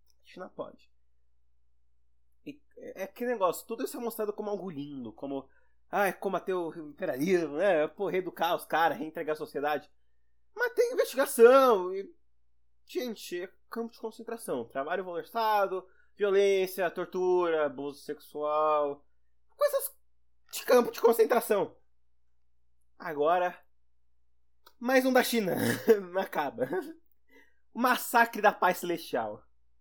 É que negócio, tudo isso é mostrado como algo lindo, como combater o imperialismo, né? Pô, reeducar os caras, reentregar a sociedade. Mas tem investigação e... Gente, é campo de concentração. Trabalho forçado, violência, tortura, abuso sexual. Coisas de campo de concentração. Agora... mais um da China. Não acaba. O massacre da paz celestial.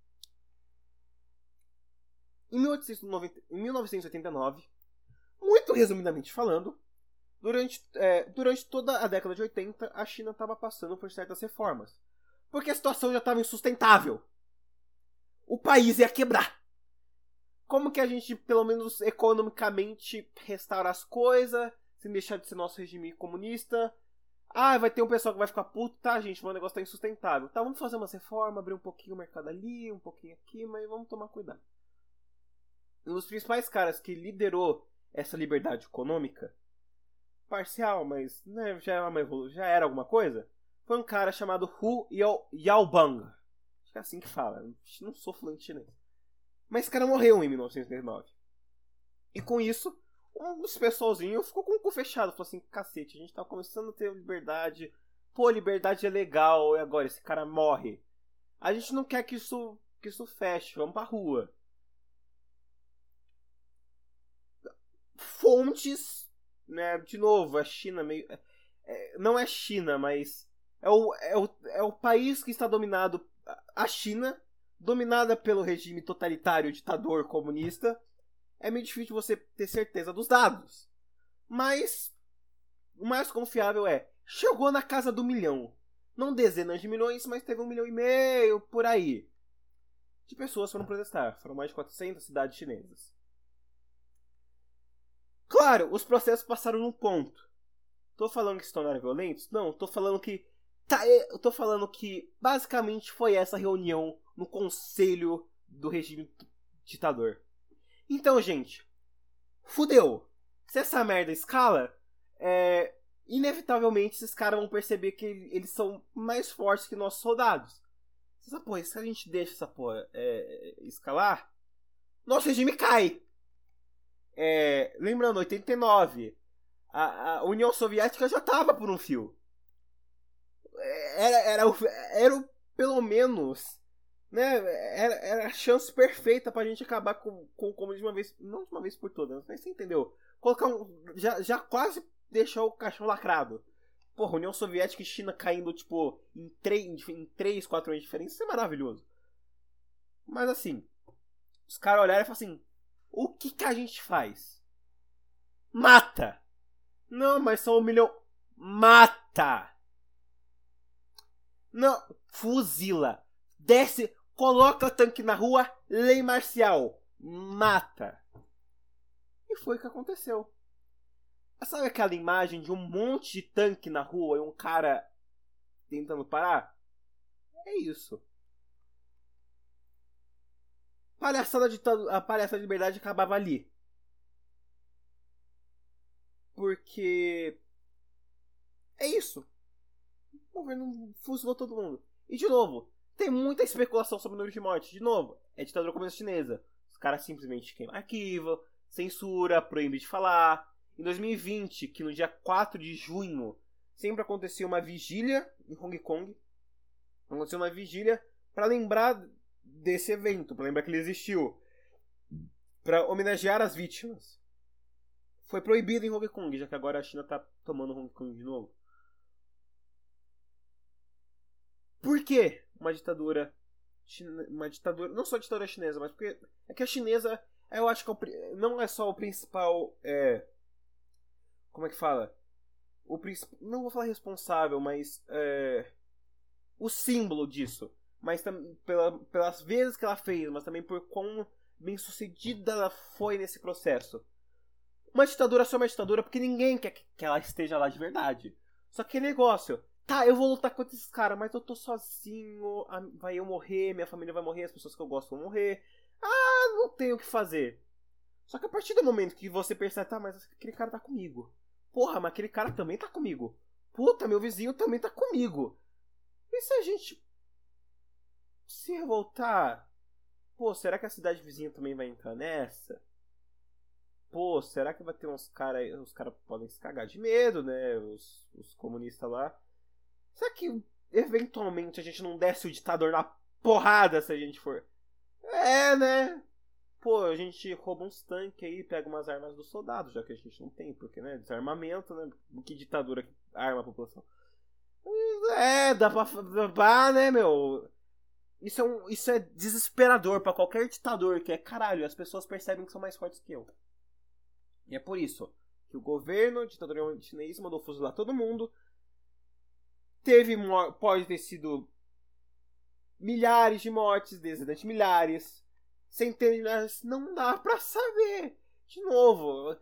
Em 1989, muito resumidamente falando, durante toda a década de 80, a China estava passando por certas reformas. Porque a situação já estava insustentável. O país ia quebrar. Como que a gente, pelo menos economicamente, restaura as coisas, sem deixar de ser nosso regime comunista? Vai ter um pessoal que vai ficar puto, tá, gente, o negócio tá insustentável. Tá, vamos fazer uma reforma, abrir um pouquinho o mercado ali, um pouquinho aqui, mas vamos tomar cuidado. Um dos principais caras que liderou essa liberdade econômica, parcial, mas né, já era alguma coisa, foi um cara chamado Hu Yaobang. Acho que é assim que fala, não sou fluente chinês. Mas esse cara morreu em 1989. E com isso... uns pessoalzinhos ficou com o cu fechado. Falou assim, cacete, a gente tá começando a ter liberdade. Pô, liberdade é legal. E agora esse cara morre. A gente não quer que isso feche. Vamos pra rua. Fontes, né? De novo, a China meio... não é China, mas... É o país que está dominado... A China, dominada pelo regime totalitário, ditador, comunista... é meio difícil você ter certeza dos dados. Mas o mais confiável chegou na casa do 1 milhão. Não dezenas de milhões, mas teve 1,5 milhão por aí. De pessoas foram protestar. Foram mais de 400 cidades chinesas. Claro, os processos passaram num ponto. Tô falando que se tornaram violentos? Não, tô falando que Tá, eu tô falando que basicamente foi essa reunião no conselho do regime ditador. Então, gente, fudeu. Se essa merda escala, inevitavelmente esses caras vão perceber que eles são mais fortes que nossos soldados. Essa porra, se a gente deixa essa porra escalar, nosso regime cai. Lembrando, 89, a União Soviética já tava por um fio. Era pelo menos, né? Era a chance perfeita pra gente acabar com o comunismo de uma vez, não de uma vez por todas, mas você entendeu? Colocar já quase deixar o caixão lacrado. Porra, União Soviética e China caindo, tipo, em 3, 4 anos de diferença, isso é maravilhoso. Mas assim, os caras olharam e falaram assim: o que a gente faz? Mata! Não, mas são 1 milhão. Mata! Não, fuzila. Desce, coloca tanque na rua, lei marcial. Mata. E foi o que aconteceu. Sabe aquela imagem de um monte de tanque na rua e um cara tentando parar? É isso. A palhaçada de liberdade acabava ali. Porque é isso. O governo fuzilou todo mundo. E de novo, tem muita especulação sobre o número de mortes. De novo, é ditadura comunista chinesa. Os caras simplesmente queimam arquivo, censura, proíbe de falar. Em 2020, que no dia 4 de junho, sempre acontecia uma vigília em Hong Kong. Aconteceu uma vigília para lembrar desse evento, para lembrar que ele existiu. Para homenagear as vítimas. Foi proibido em Hong Kong, já que agora a China tá tomando Hong Kong de novo. Por que uma ditadura, não só a ditadura chinesa, mas porque é que a chinesa, eu acho que não é só o principal, como é que fala? Não vou falar responsável, mas o símbolo disso. Mas pelas vezes que ela fez, mas também por quão bem sucedida ela foi nesse processo. Uma ditadura é só uma ditadura porque ninguém quer que ela esteja lá de verdade. Só que negócio, tá, eu vou lutar contra esses caras, mas eu tô sozinho, vai eu morrer, minha família vai morrer, as pessoas que eu gosto vão morrer. Ah, não tenho o que fazer. Só que a partir do momento que você percebe, tá, mas aquele cara tá comigo. Porra, mas aquele cara também tá comigo. Puta, meu vizinho também tá comigo. E se a gente se revoltar? Pô, será que a cidade vizinha também vai entrar nessa? Pô, será que vai ter uns caras... Os caras podem se cagar de medo, né? Os comunistas lá. Será que eventualmente a gente não desce o ditador na porrada se a gente for? Né? Pô, a gente rouba uns tanques aí, pega umas armas dos soldados, já que a gente não tem, porque, né? Desarmamento, né? Que ditadura que arma a população? Dá pra, né, meu? Isso é desesperador pra qualquer ditador, que caralho, as pessoas percebem que são mais fortes que eu. E é por isso que o governo ditatorial chinês mandou fuzilar todo mundo. Pode ter sido milhares de mortes, dezenas de milhares, centenas de milhares, não dá pra saber. De novo,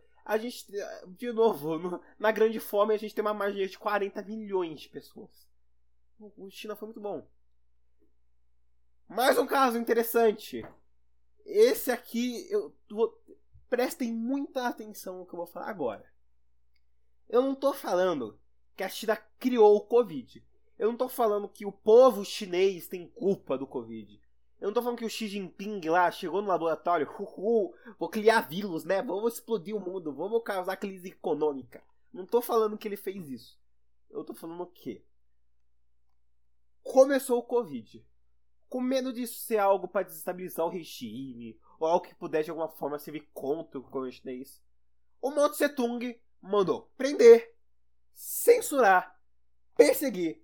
na grande fome a gente tem uma margem de 40 milhões de pessoas. O China foi muito bom. Mais um caso interessante. Esse aqui, prestem muita atenção no que eu vou falar agora. Eu não tô falando que a China criou o Covid. Eu não tô falando que o povo chinês tem culpa do Covid. Eu não tô falando que o Xi Jinping lá chegou no laboratório, vou criar vírus, né? Vamos explodir o mundo, vamos causar crise econômica. Não tô falando que ele fez isso. Eu tô falando que começou o Covid. Com medo disso ser algo para desestabilizar o regime, ou algo que pudesse de alguma forma servir contra o governo chinês, o Mao Tse Tung mandou prender, censurar, perseguir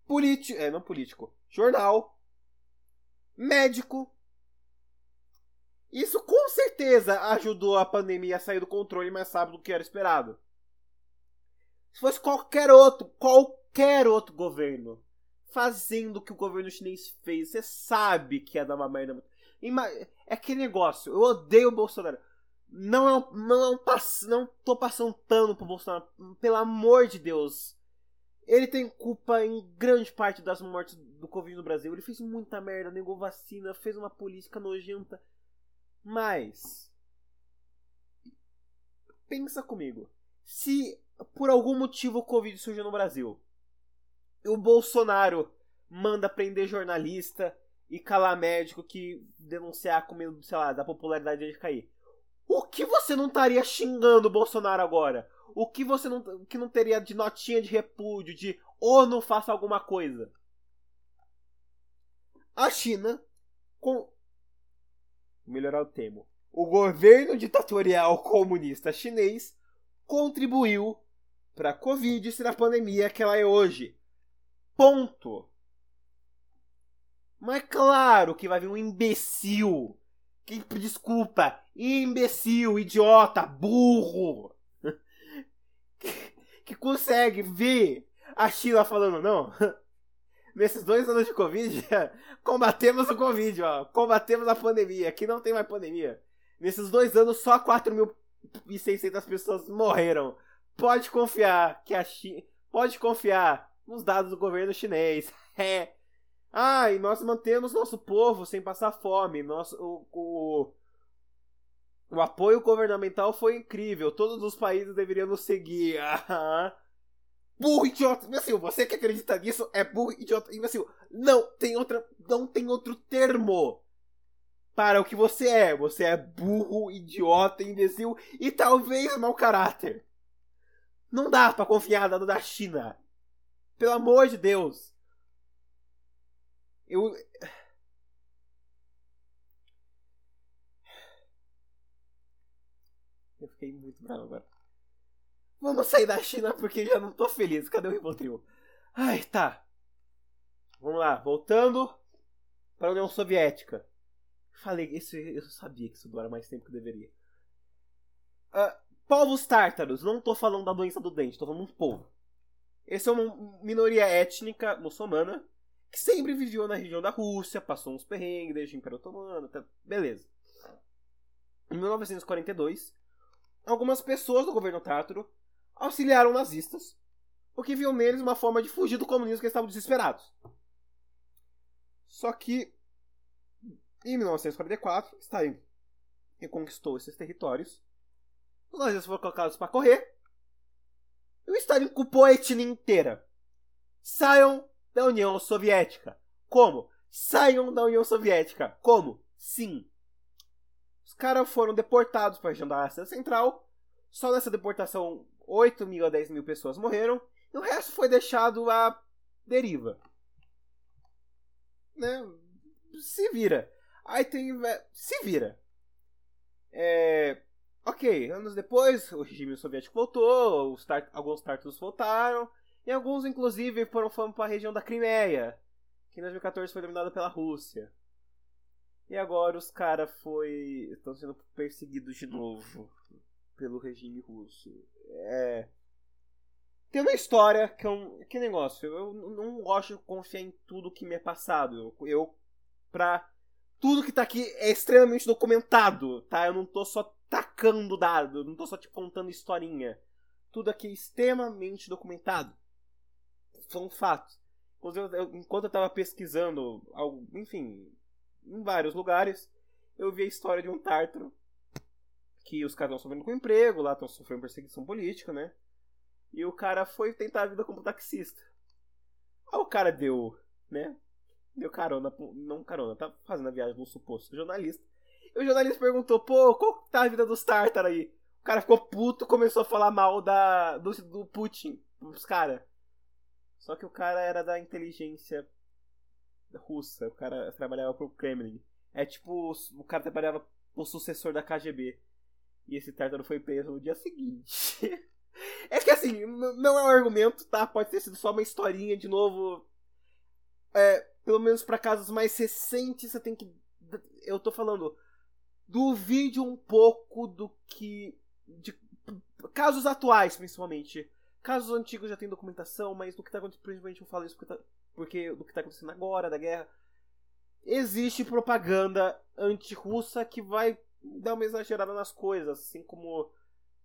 jornal, médico. Isso com certeza ajudou a pandemia a sair do controle mais rápido do que era esperado. Se fosse qualquer outro governo fazendo o que o governo chinês fez, você sabe que ia dar uma merda. É aquele negócio, eu odeio o Bolsonaro. Não tô passando pano pro Bolsonaro, pelo amor de Deus. Ele tem culpa em grande parte das mortes do Covid no Brasil. Ele fez muita merda, negou vacina, fez uma política nojenta. Mas pensa comigo. Se por algum motivo o Covid surgiu no Brasil, e o Bolsonaro manda prender jornalista e calar médico que denunciar com medo, sei lá, da popularidade dele cair, o que você não estaria xingando o Bolsonaro agora? O que você não teria de notinha de repúdio, de ONU faça alguma coisa? A China, com... melhorar o termo. O governo ditatorial comunista chinês contribuiu para a Covid ser a pandemia que ela é hoje. Ponto. Mas claro que vai vir um imbecil. Desculpa, imbecil, idiota, burro. Que consegue ver a China falando, não, nesses 2 anos de Covid, combatemos o Covid, ó, combatemos a pandemia, aqui não tem mais pandemia. Nesses 2 anos, só 4.600 pessoas morreram. Pode confiar que a China, pode confiar nos dados do governo chinês. E nós mantemos nosso povo sem passar fome. O apoio governamental foi incrível. Todos os países deveriam nos seguir. Burro, idiota. Imbecil, você que acredita nisso é burro, idiota, imbecil. Não tem outro termo para o que você é. Você é burro, idiota, imbecil e talvez mau caráter. Não dá pra confiar nada da China. Pelo amor de Deus. Eu fiquei muito bravo agora. Vamos sair da China porque já não tô feliz. Cadê o Rivotril? Ai, tá. Vamos lá, voltando para a União Soviética. Falei, eu sabia que isso dura mais tempo que deveria. Povos tártaros, não tô falando da doença do dente, tô falando de um povo. Essa é uma minoria étnica muçulmana que sempre viveu na região da Rússia, passou uns perrengues desde o Império Otomano, tá, beleza. Em 1942, algumas pessoas do governo tártaro auxiliaram nazistas, porque viam neles uma forma de fugir do comunismo, que eles estavam desesperados. Só que, em 1944, Stalin reconquistou esses territórios, os nazistas foram colocados para correr, e o Stalin culpou a etnia inteira. Saiam da União Soviética. Como? Saiam da União Soviética. Como? Sim. Os caras foram deportados para a região da Ásia Central. Só nessa deportação 8.000 a 10.000 pessoas morreram. E o resto foi deixado à deriva. Né? Se vira. Aí tem... Se vira. Ok, anos depois o regime soviético voltou. Alguns tártaros voltaram. E alguns, inclusive, foram para a região da Crimeia, que em 2014 foi dominada pela Rússia. E agora os caras estão sendo perseguidos de novo pelo regime russo. Tem uma história que negócio. Eu não gosto de confiar em tudo que me é passado. Tudo que tá aqui é extremamente documentado, tá? Eu não tô só tacando dado, não tô só te contando historinha. Tudo aqui é extremamente documentado. São fatos. Enquanto eu tava pesquisando, enfim, em vários lugares, eu vi a história de um tártaro que os caras estão sofrendo com emprego, lá estão sofrendo perseguição política, né? E o cara foi tentar a vida como taxista. Aí o cara deu carona, não carona, tá fazendo a viagem de um suposto jornalista. E o jornalista perguntou, qual tá a vida dos tártaros aí? O cara ficou puto, começou a falar mal do Putin pros caras. Só que o cara era da inteligência russa, o cara trabalhava pro Kremlin. É tipo, o cara trabalhava pro sucessor da KGB. E esse tártaro foi preso no dia seguinte. É que assim, não é um argumento, tá? Pode ter sido só uma historinha, de novo. Pelo menos pra casos mais recentes, você tem que... Eu tô falando, duvide um pouco do que... de casos atuais, principalmente. Casos antigos já tem documentação, mas do que tá acontecendo, principalmente eu falo isso porque do que tá acontecendo agora, da guerra, existe propaganda anti-russa que vai dar uma exagerada nas coisas, assim como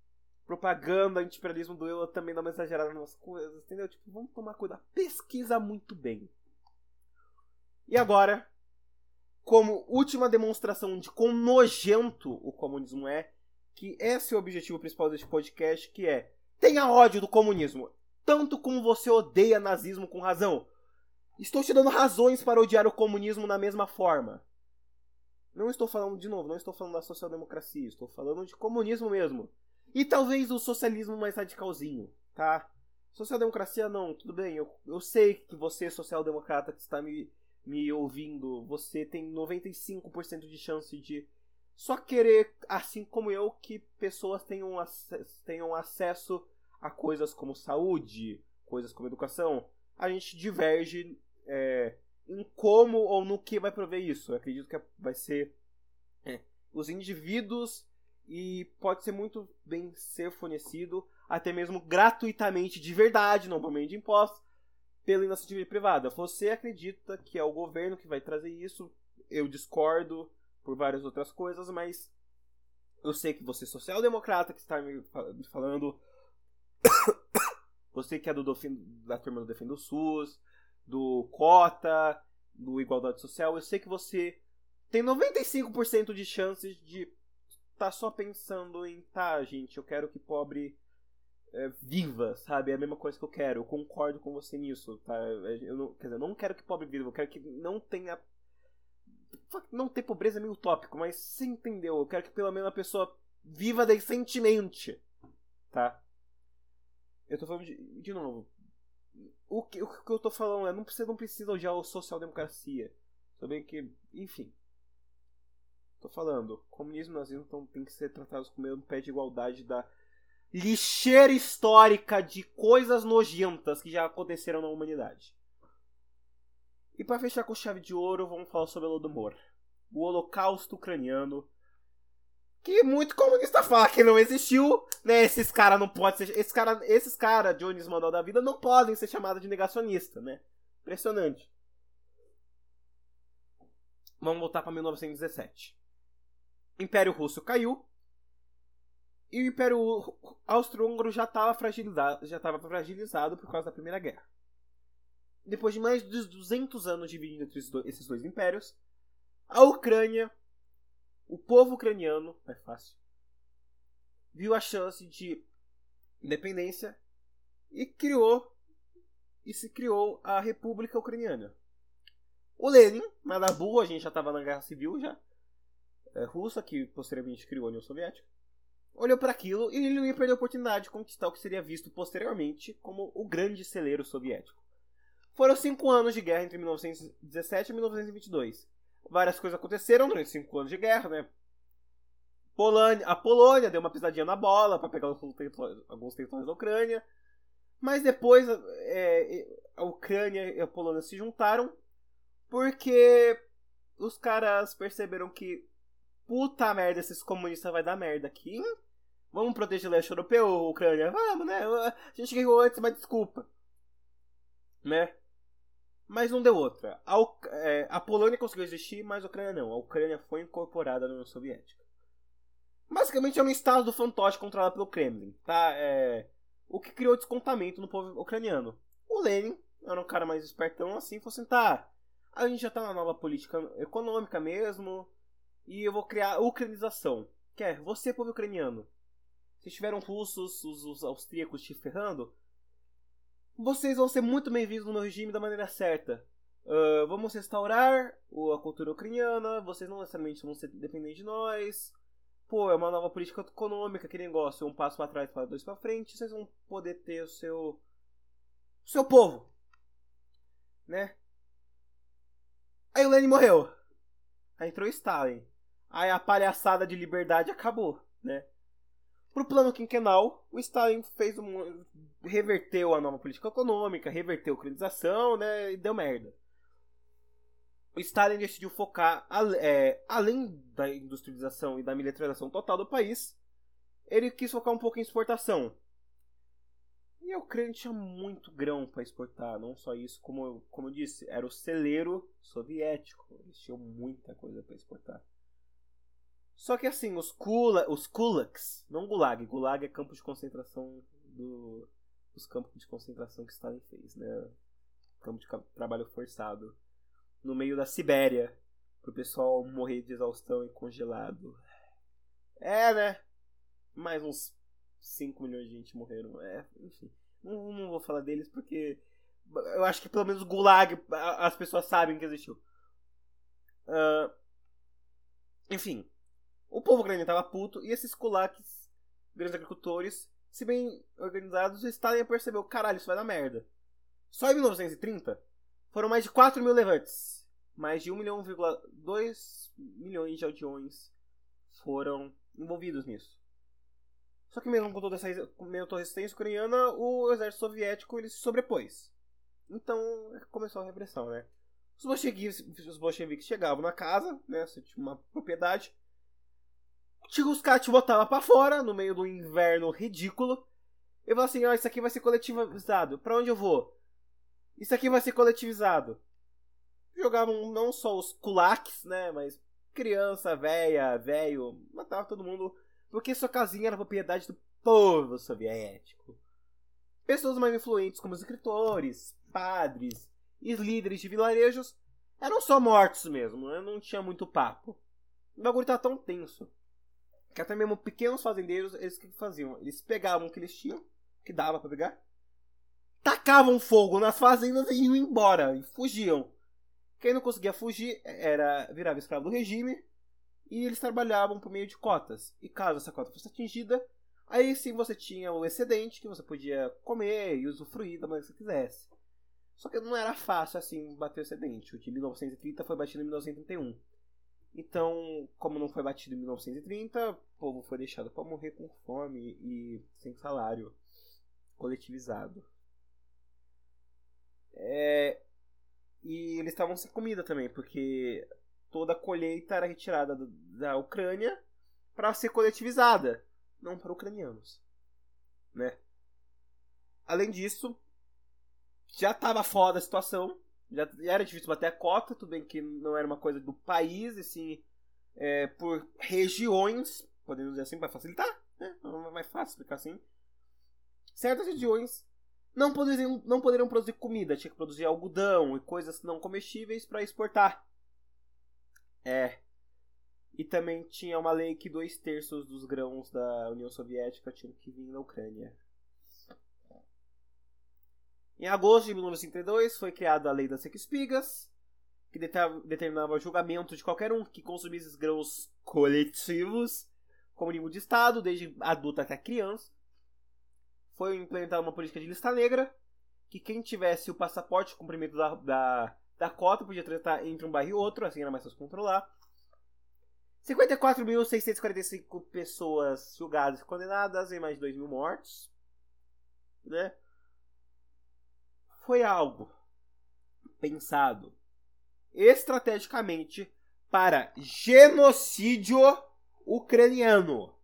propaganda, anti-imperialismo do eu também dá uma exagerada nas coisas, entendeu? Tipo, vamos tomar cuidado. Pesquisa muito bem. E agora, como última demonstração de quão nojento o comunismo é, que esse é o objetivo principal deste podcast, que é: tenha ódio do comunismo, tanto como você odeia nazismo com razão. Estou te dando razões para odiar o comunismo na mesma forma. Não estou falando, de novo, não estou falando da social-democracia, estou falando de comunismo mesmo. E talvez o socialismo mais radicalzinho, tá? Social-democracia não, tudo bem, eu sei que você, social-democrata que está me ouvindo, você tem 95% de chance de só querer, assim como eu, que pessoas tenham acesso a coisas como saúde, coisas como educação. A gente diverge em como ou no que vai prover isso. Eu acredito que vai ser os indivíduos, e pode ser muito bem ser fornecido, até mesmo gratuitamente, de verdade, não por meio de impostos, pela iniciativa privada. Você acredita que é o governo que vai trazer isso? Eu discordo por várias outras coisas, mas eu sei que você é social-democrata que está me falando, você que é da turma do Defenda o SUS, do Cota, do Igualdade Social, eu sei que você tem 95% de chances de estar só pensando em, tá, gente, eu quero que pobre viva, sabe? É a mesma coisa que eu quero. Eu concordo com você nisso, tá? Quer dizer, eu não quero que pobre viva, eu quero que não tenha... Não ter pobreza é meio utópico, mas você entendeu. Eu quero que pelo menos a pessoa viva decentemente, tá? Eu tô falando de novo. O que eu tô falando é, você não precisa odiar a social-democracia. Também que, enfim. Tô falando, comunismo e nazismo então, tem que ser tratados com o mesmo pé de igualdade da lixeira histórica de coisas nojentas que já aconteceram na humanidade. E para fechar com chave de ouro, vamos falar sobre o Holodomor, o Holocausto Ucraniano, que muito comunista fala que não existiu, né? Esses caras não podem ser, esses cara Jones Manuel da vida não podem ser chamados de negacionista, né? Impressionante. Vamos voltar para 1917. O Império Russo caiu. E o Império Austro-Húngaro já estava fragilizado por causa da Primeira Guerra. Depois de mais de 200 anos dividindo entre esses dois impérios, a Ucrânia, o povo ucraniano, é fácil, viu a chance de independência e se criou a República Ucraniana. O Lenin, nada burro, a gente já estava na Guerra Civil já, russa, que posteriormente criou a União Soviética, olhou para aquilo e ele não ia perder a oportunidade de conquistar o que seria visto posteriormente como o grande celeiro soviético. Foram 5 anos de guerra entre 1917 e 1922. Várias coisas aconteceram durante 5 anos de guerra, né? A Polônia deu uma pisadinha na bola para pegar alguns territórios da Ucrânia. Mas depois a Ucrânia e a Polônia se juntaram porque os caras perceberam que puta merda, esses comunistas vai dar merda aqui, hein? Vamos proteger o leste europeu, Ucrânia? Vamos, né? A gente ganhou antes, mas desculpa. Né? Mas não deu outra. A Polônia conseguiu existir, mas a Ucrânia não. A Ucrânia foi incorporada na União Soviética. Basicamente é um estado do fantoche controlado pelo Kremlin, tá? O que criou descontamento no povo ucraniano. O Lenin era um cara mais espertão assim, falou assim, tá, a gente já tá na nova política econômica mesmo, e eu vou criar a ucranização. Que é, você, povo ucraniano, se tiveram russos, os austríacos te ferrando, vocês vão ser muito bem-vindos no meu regime da maneira certa. Vamos restaurar a cultura ucraniana, vocês não necessariamente vão ser dependentes de nós. Pô, é uma nova política econômica, que negócio, um passo para trás, para dois para frente, vocês vão poder ter o seu povo, né? Aí o Lenin morreu. Aí entrou Stalin. Aí a palhaçada de liberdade acabou, né? Pro plano quinquenal, o Stalin reverteu a nova política econômica, reverteu a ucranização, né? E deu merda. O Stalin decidiu focar, além da industrialização e da militarização total do país, ele quis focar um pouco em exportação. E a Ucrânia tinha muito grão para exportar, não só isso, como eu disse, era o celeiro soviético, eles tinham muita coisa para exportar. Só que assim, os kulaks, não gulag, gulag é campo de concentração dos campos de concentração que Stalin fez, né? Campo de trabalho forçado no meio da Sibéria, pro pessoal morrer de exaustão e congelado. Né? Mais uns 5 milhões de gente morreram. Enfim. Não vou falar deles porque eu acho que pelo menos o Gulag as pessoas sabem que existiu. Enfim. O povo ucraniano tava puto e esses kulaks, grandes agricultores, se bem organizados, Stalin percebeu, caralho, isso vai dar merda. Só em 1930 foram mais de 4 mil levantes. Mais de 1,2 milhões de aldeões foram envolvidos nisso. Só que mesmo com toda essa resistência ucraniana, o exército soviético ele se sobrepôs. Então começou a repressão, né? Os bolcheviques chegavam na casa, né? Você tinha uma propriedade. Os caras te botavam pra fora, no meio do inverno ridículo. E falavam assim, isso aqui vai ser coletivizado. Pra onde eu vou? Isso aqui vai ser coletivizado. Jogavam não só os kulaks, né? Mas criança, véia, velho. Matava todo mundo. Porque sua casinha era propriedade do povo soviético. Pessoas mais influentes como os escritores, padres e líderes de vilarejos eram só mortos mesmo, né? Não tinha muito papo. O bagulho tá tão tenso que até mesmo pequenos fazendeiros, eles que faziam? Eles pegavam o que eles tinham, que dava pra pegar, tacavam fogo nas fazendas e iam embora, e fugiam. Quem não conseguia fugir virava escravo do regime, e eles trabalhavam por meio de cotas. E caso essa cota fosse atingida, aí sim você tinha o excedente que você podia comer e usufruir da maneira que você quisesse. Só que não era fácil assim bater o excedente. O de 1930 foi batido em 1931. Então, como não foi batido em 1930, o povo foi deixado para morrer com fome e sem salário, coletivizado. E eles estavam sem comida também, porque toda a colheita era retirada da Ucrânia para ser coletivizada, não para ucranianos, né? Além disso, já estava foda a situação. Já era difícil bater a cota, tudo bem que não era uma coisa do país, e sim por regiões, podemos dizer assim, para facilitar, né? Não é mais fácil explicar assim. Certas regiões não poderiam produzir comida, tinha que produzir algodão e coisas não comestíveis para exportar. E também tinha uma lei que 2/3 dos grãos da União Soviética tinham que vir da Ucrânia. Em agosto de 1932 foi criada a Lei das Espigas, que determinava o julgamento de qualquer um que consumisse grãos coletivos como nível de Estado, desde adulto até criança. Foi implementada uma política de lista negra, que quem tivesse o passaporte, o cumprimento da cota, podia tratar entre um bairro e outro, assim era mais fácil controlar. 54.645 pessoas julgadas e condenadas e mais de 2.000 mortos, né? Foi algo pensado estrategicamente para genocídio ucraniano.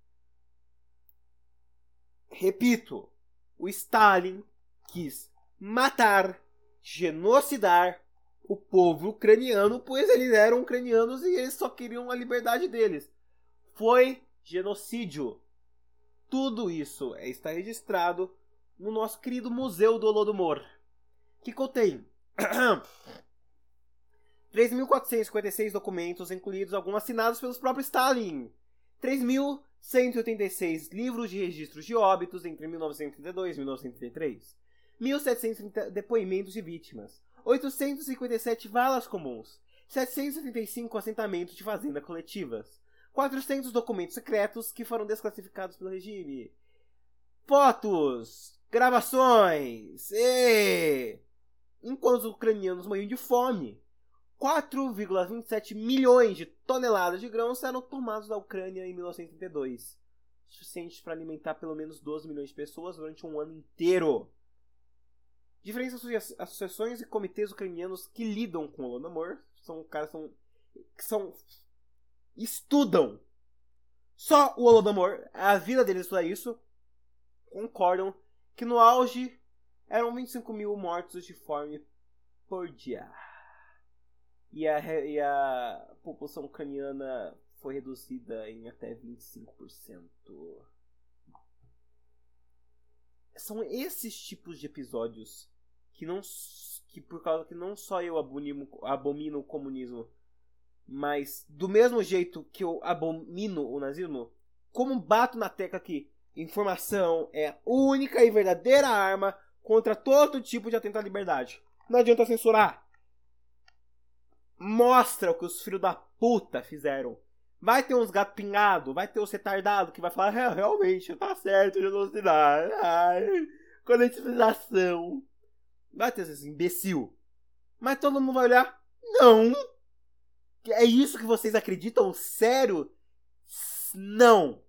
Repito, o Stalin quis matar, genocidar o povo ucraniano, pois eles eram ucranianos e eles só queriam a liberdade deles. Foi genocídio. Tudo isso está registrado no nosso querido Museu do Holodomor, que contém 3.456 documentos, incluídos alguns assinados pelos próprios Stalin, 3.186 livros de registros de óbitos entre 1932 e 1933, 1.730 depoimentos de vítimas, 857 valas comuns, 735 assentamentos de fazenda coletivas, 400 documentos secretos que foram desclassificados pelo regime, fotos, gravações, enquanto os ucranianos morriam de fome, 4,27 milhões de toneladas de grãos eram tomados da Ucrânia em 1932, suficiente para alimentar pelo menos 12 milhões de pessoas durante um ano inteiro. Diferentes associações e comitês ucranianos que lidam com o Holodomor são caras que estudam só o Holodomor, a vida deles estuda isso, concordam que no auge eram 25 mil mortos de fome por dia. E a população ucraniana foi reduzida em até 25%. São esses tipos de episódios que por causa que não só eu abomino o comunismo, mas do mesmo jeito que eu abomino o nazismo, como bato na tecla que informação é a única e verdadeira arma contra todo tipo de atentado à liberdade. Não adianta censurar. Mostra o que os filhos da puta fizeram. Vai ter uns gato pingado, vai ter os retardado que vai falar, realmente, tá certo, genocidário. Coletivização. Vai ter esses imbecil. Mas todo mundo vai olhar, não. É isso que vocês acreditam? Sério? Não.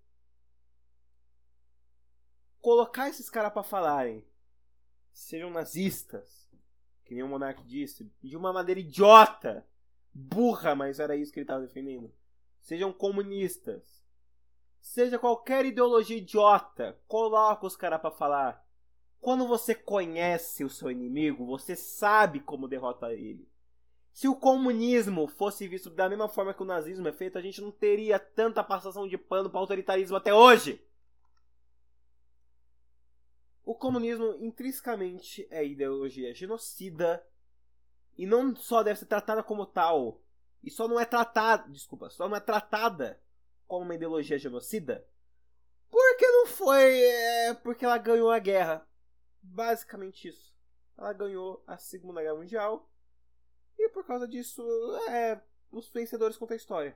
Colocar esses caras pra falarem, sejam nazistas, que nem o Monark disse, de uma maneira idiota, burra, mas era isso que ele estava defendendo. Sejam comunistas, seja qualquer ideologia idiota, coloca os caras pra falar. Quando você conhece o seu inimigo, você sabe como derrotar ele. Se o comunismo fosse visto da mesma forma que o nazismo é feito, a gente não teria tanta passação de pano para autoritarismo até hoje. O comunismo intrinsecamente é ideologia genocida e não só deve ser tratada como tal, e só não é tratada como uma ideologia genocida porque não foi, porque ela ganhou a guerra. Basicamente isso. Ela ganhou a Segunda Guerra Mundial e por causa disso, os vencedores contam a história.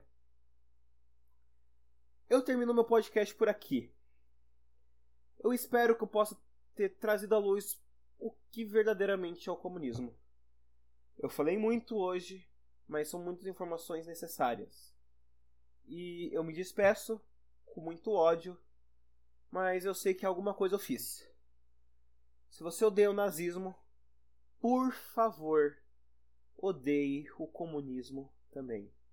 Eu termino meu podcast por aqui. Eu espero que eu possa ter trazido à luz o que verdadeiramente é o comunismo. Eu falei muito hoje, mas são muitas informações necessárias. E eu me despeço com muito ódio, mas eu sei que alguma coisa eu fiz. Se você odeia o nazismo, por favor, odeie o comunismo também.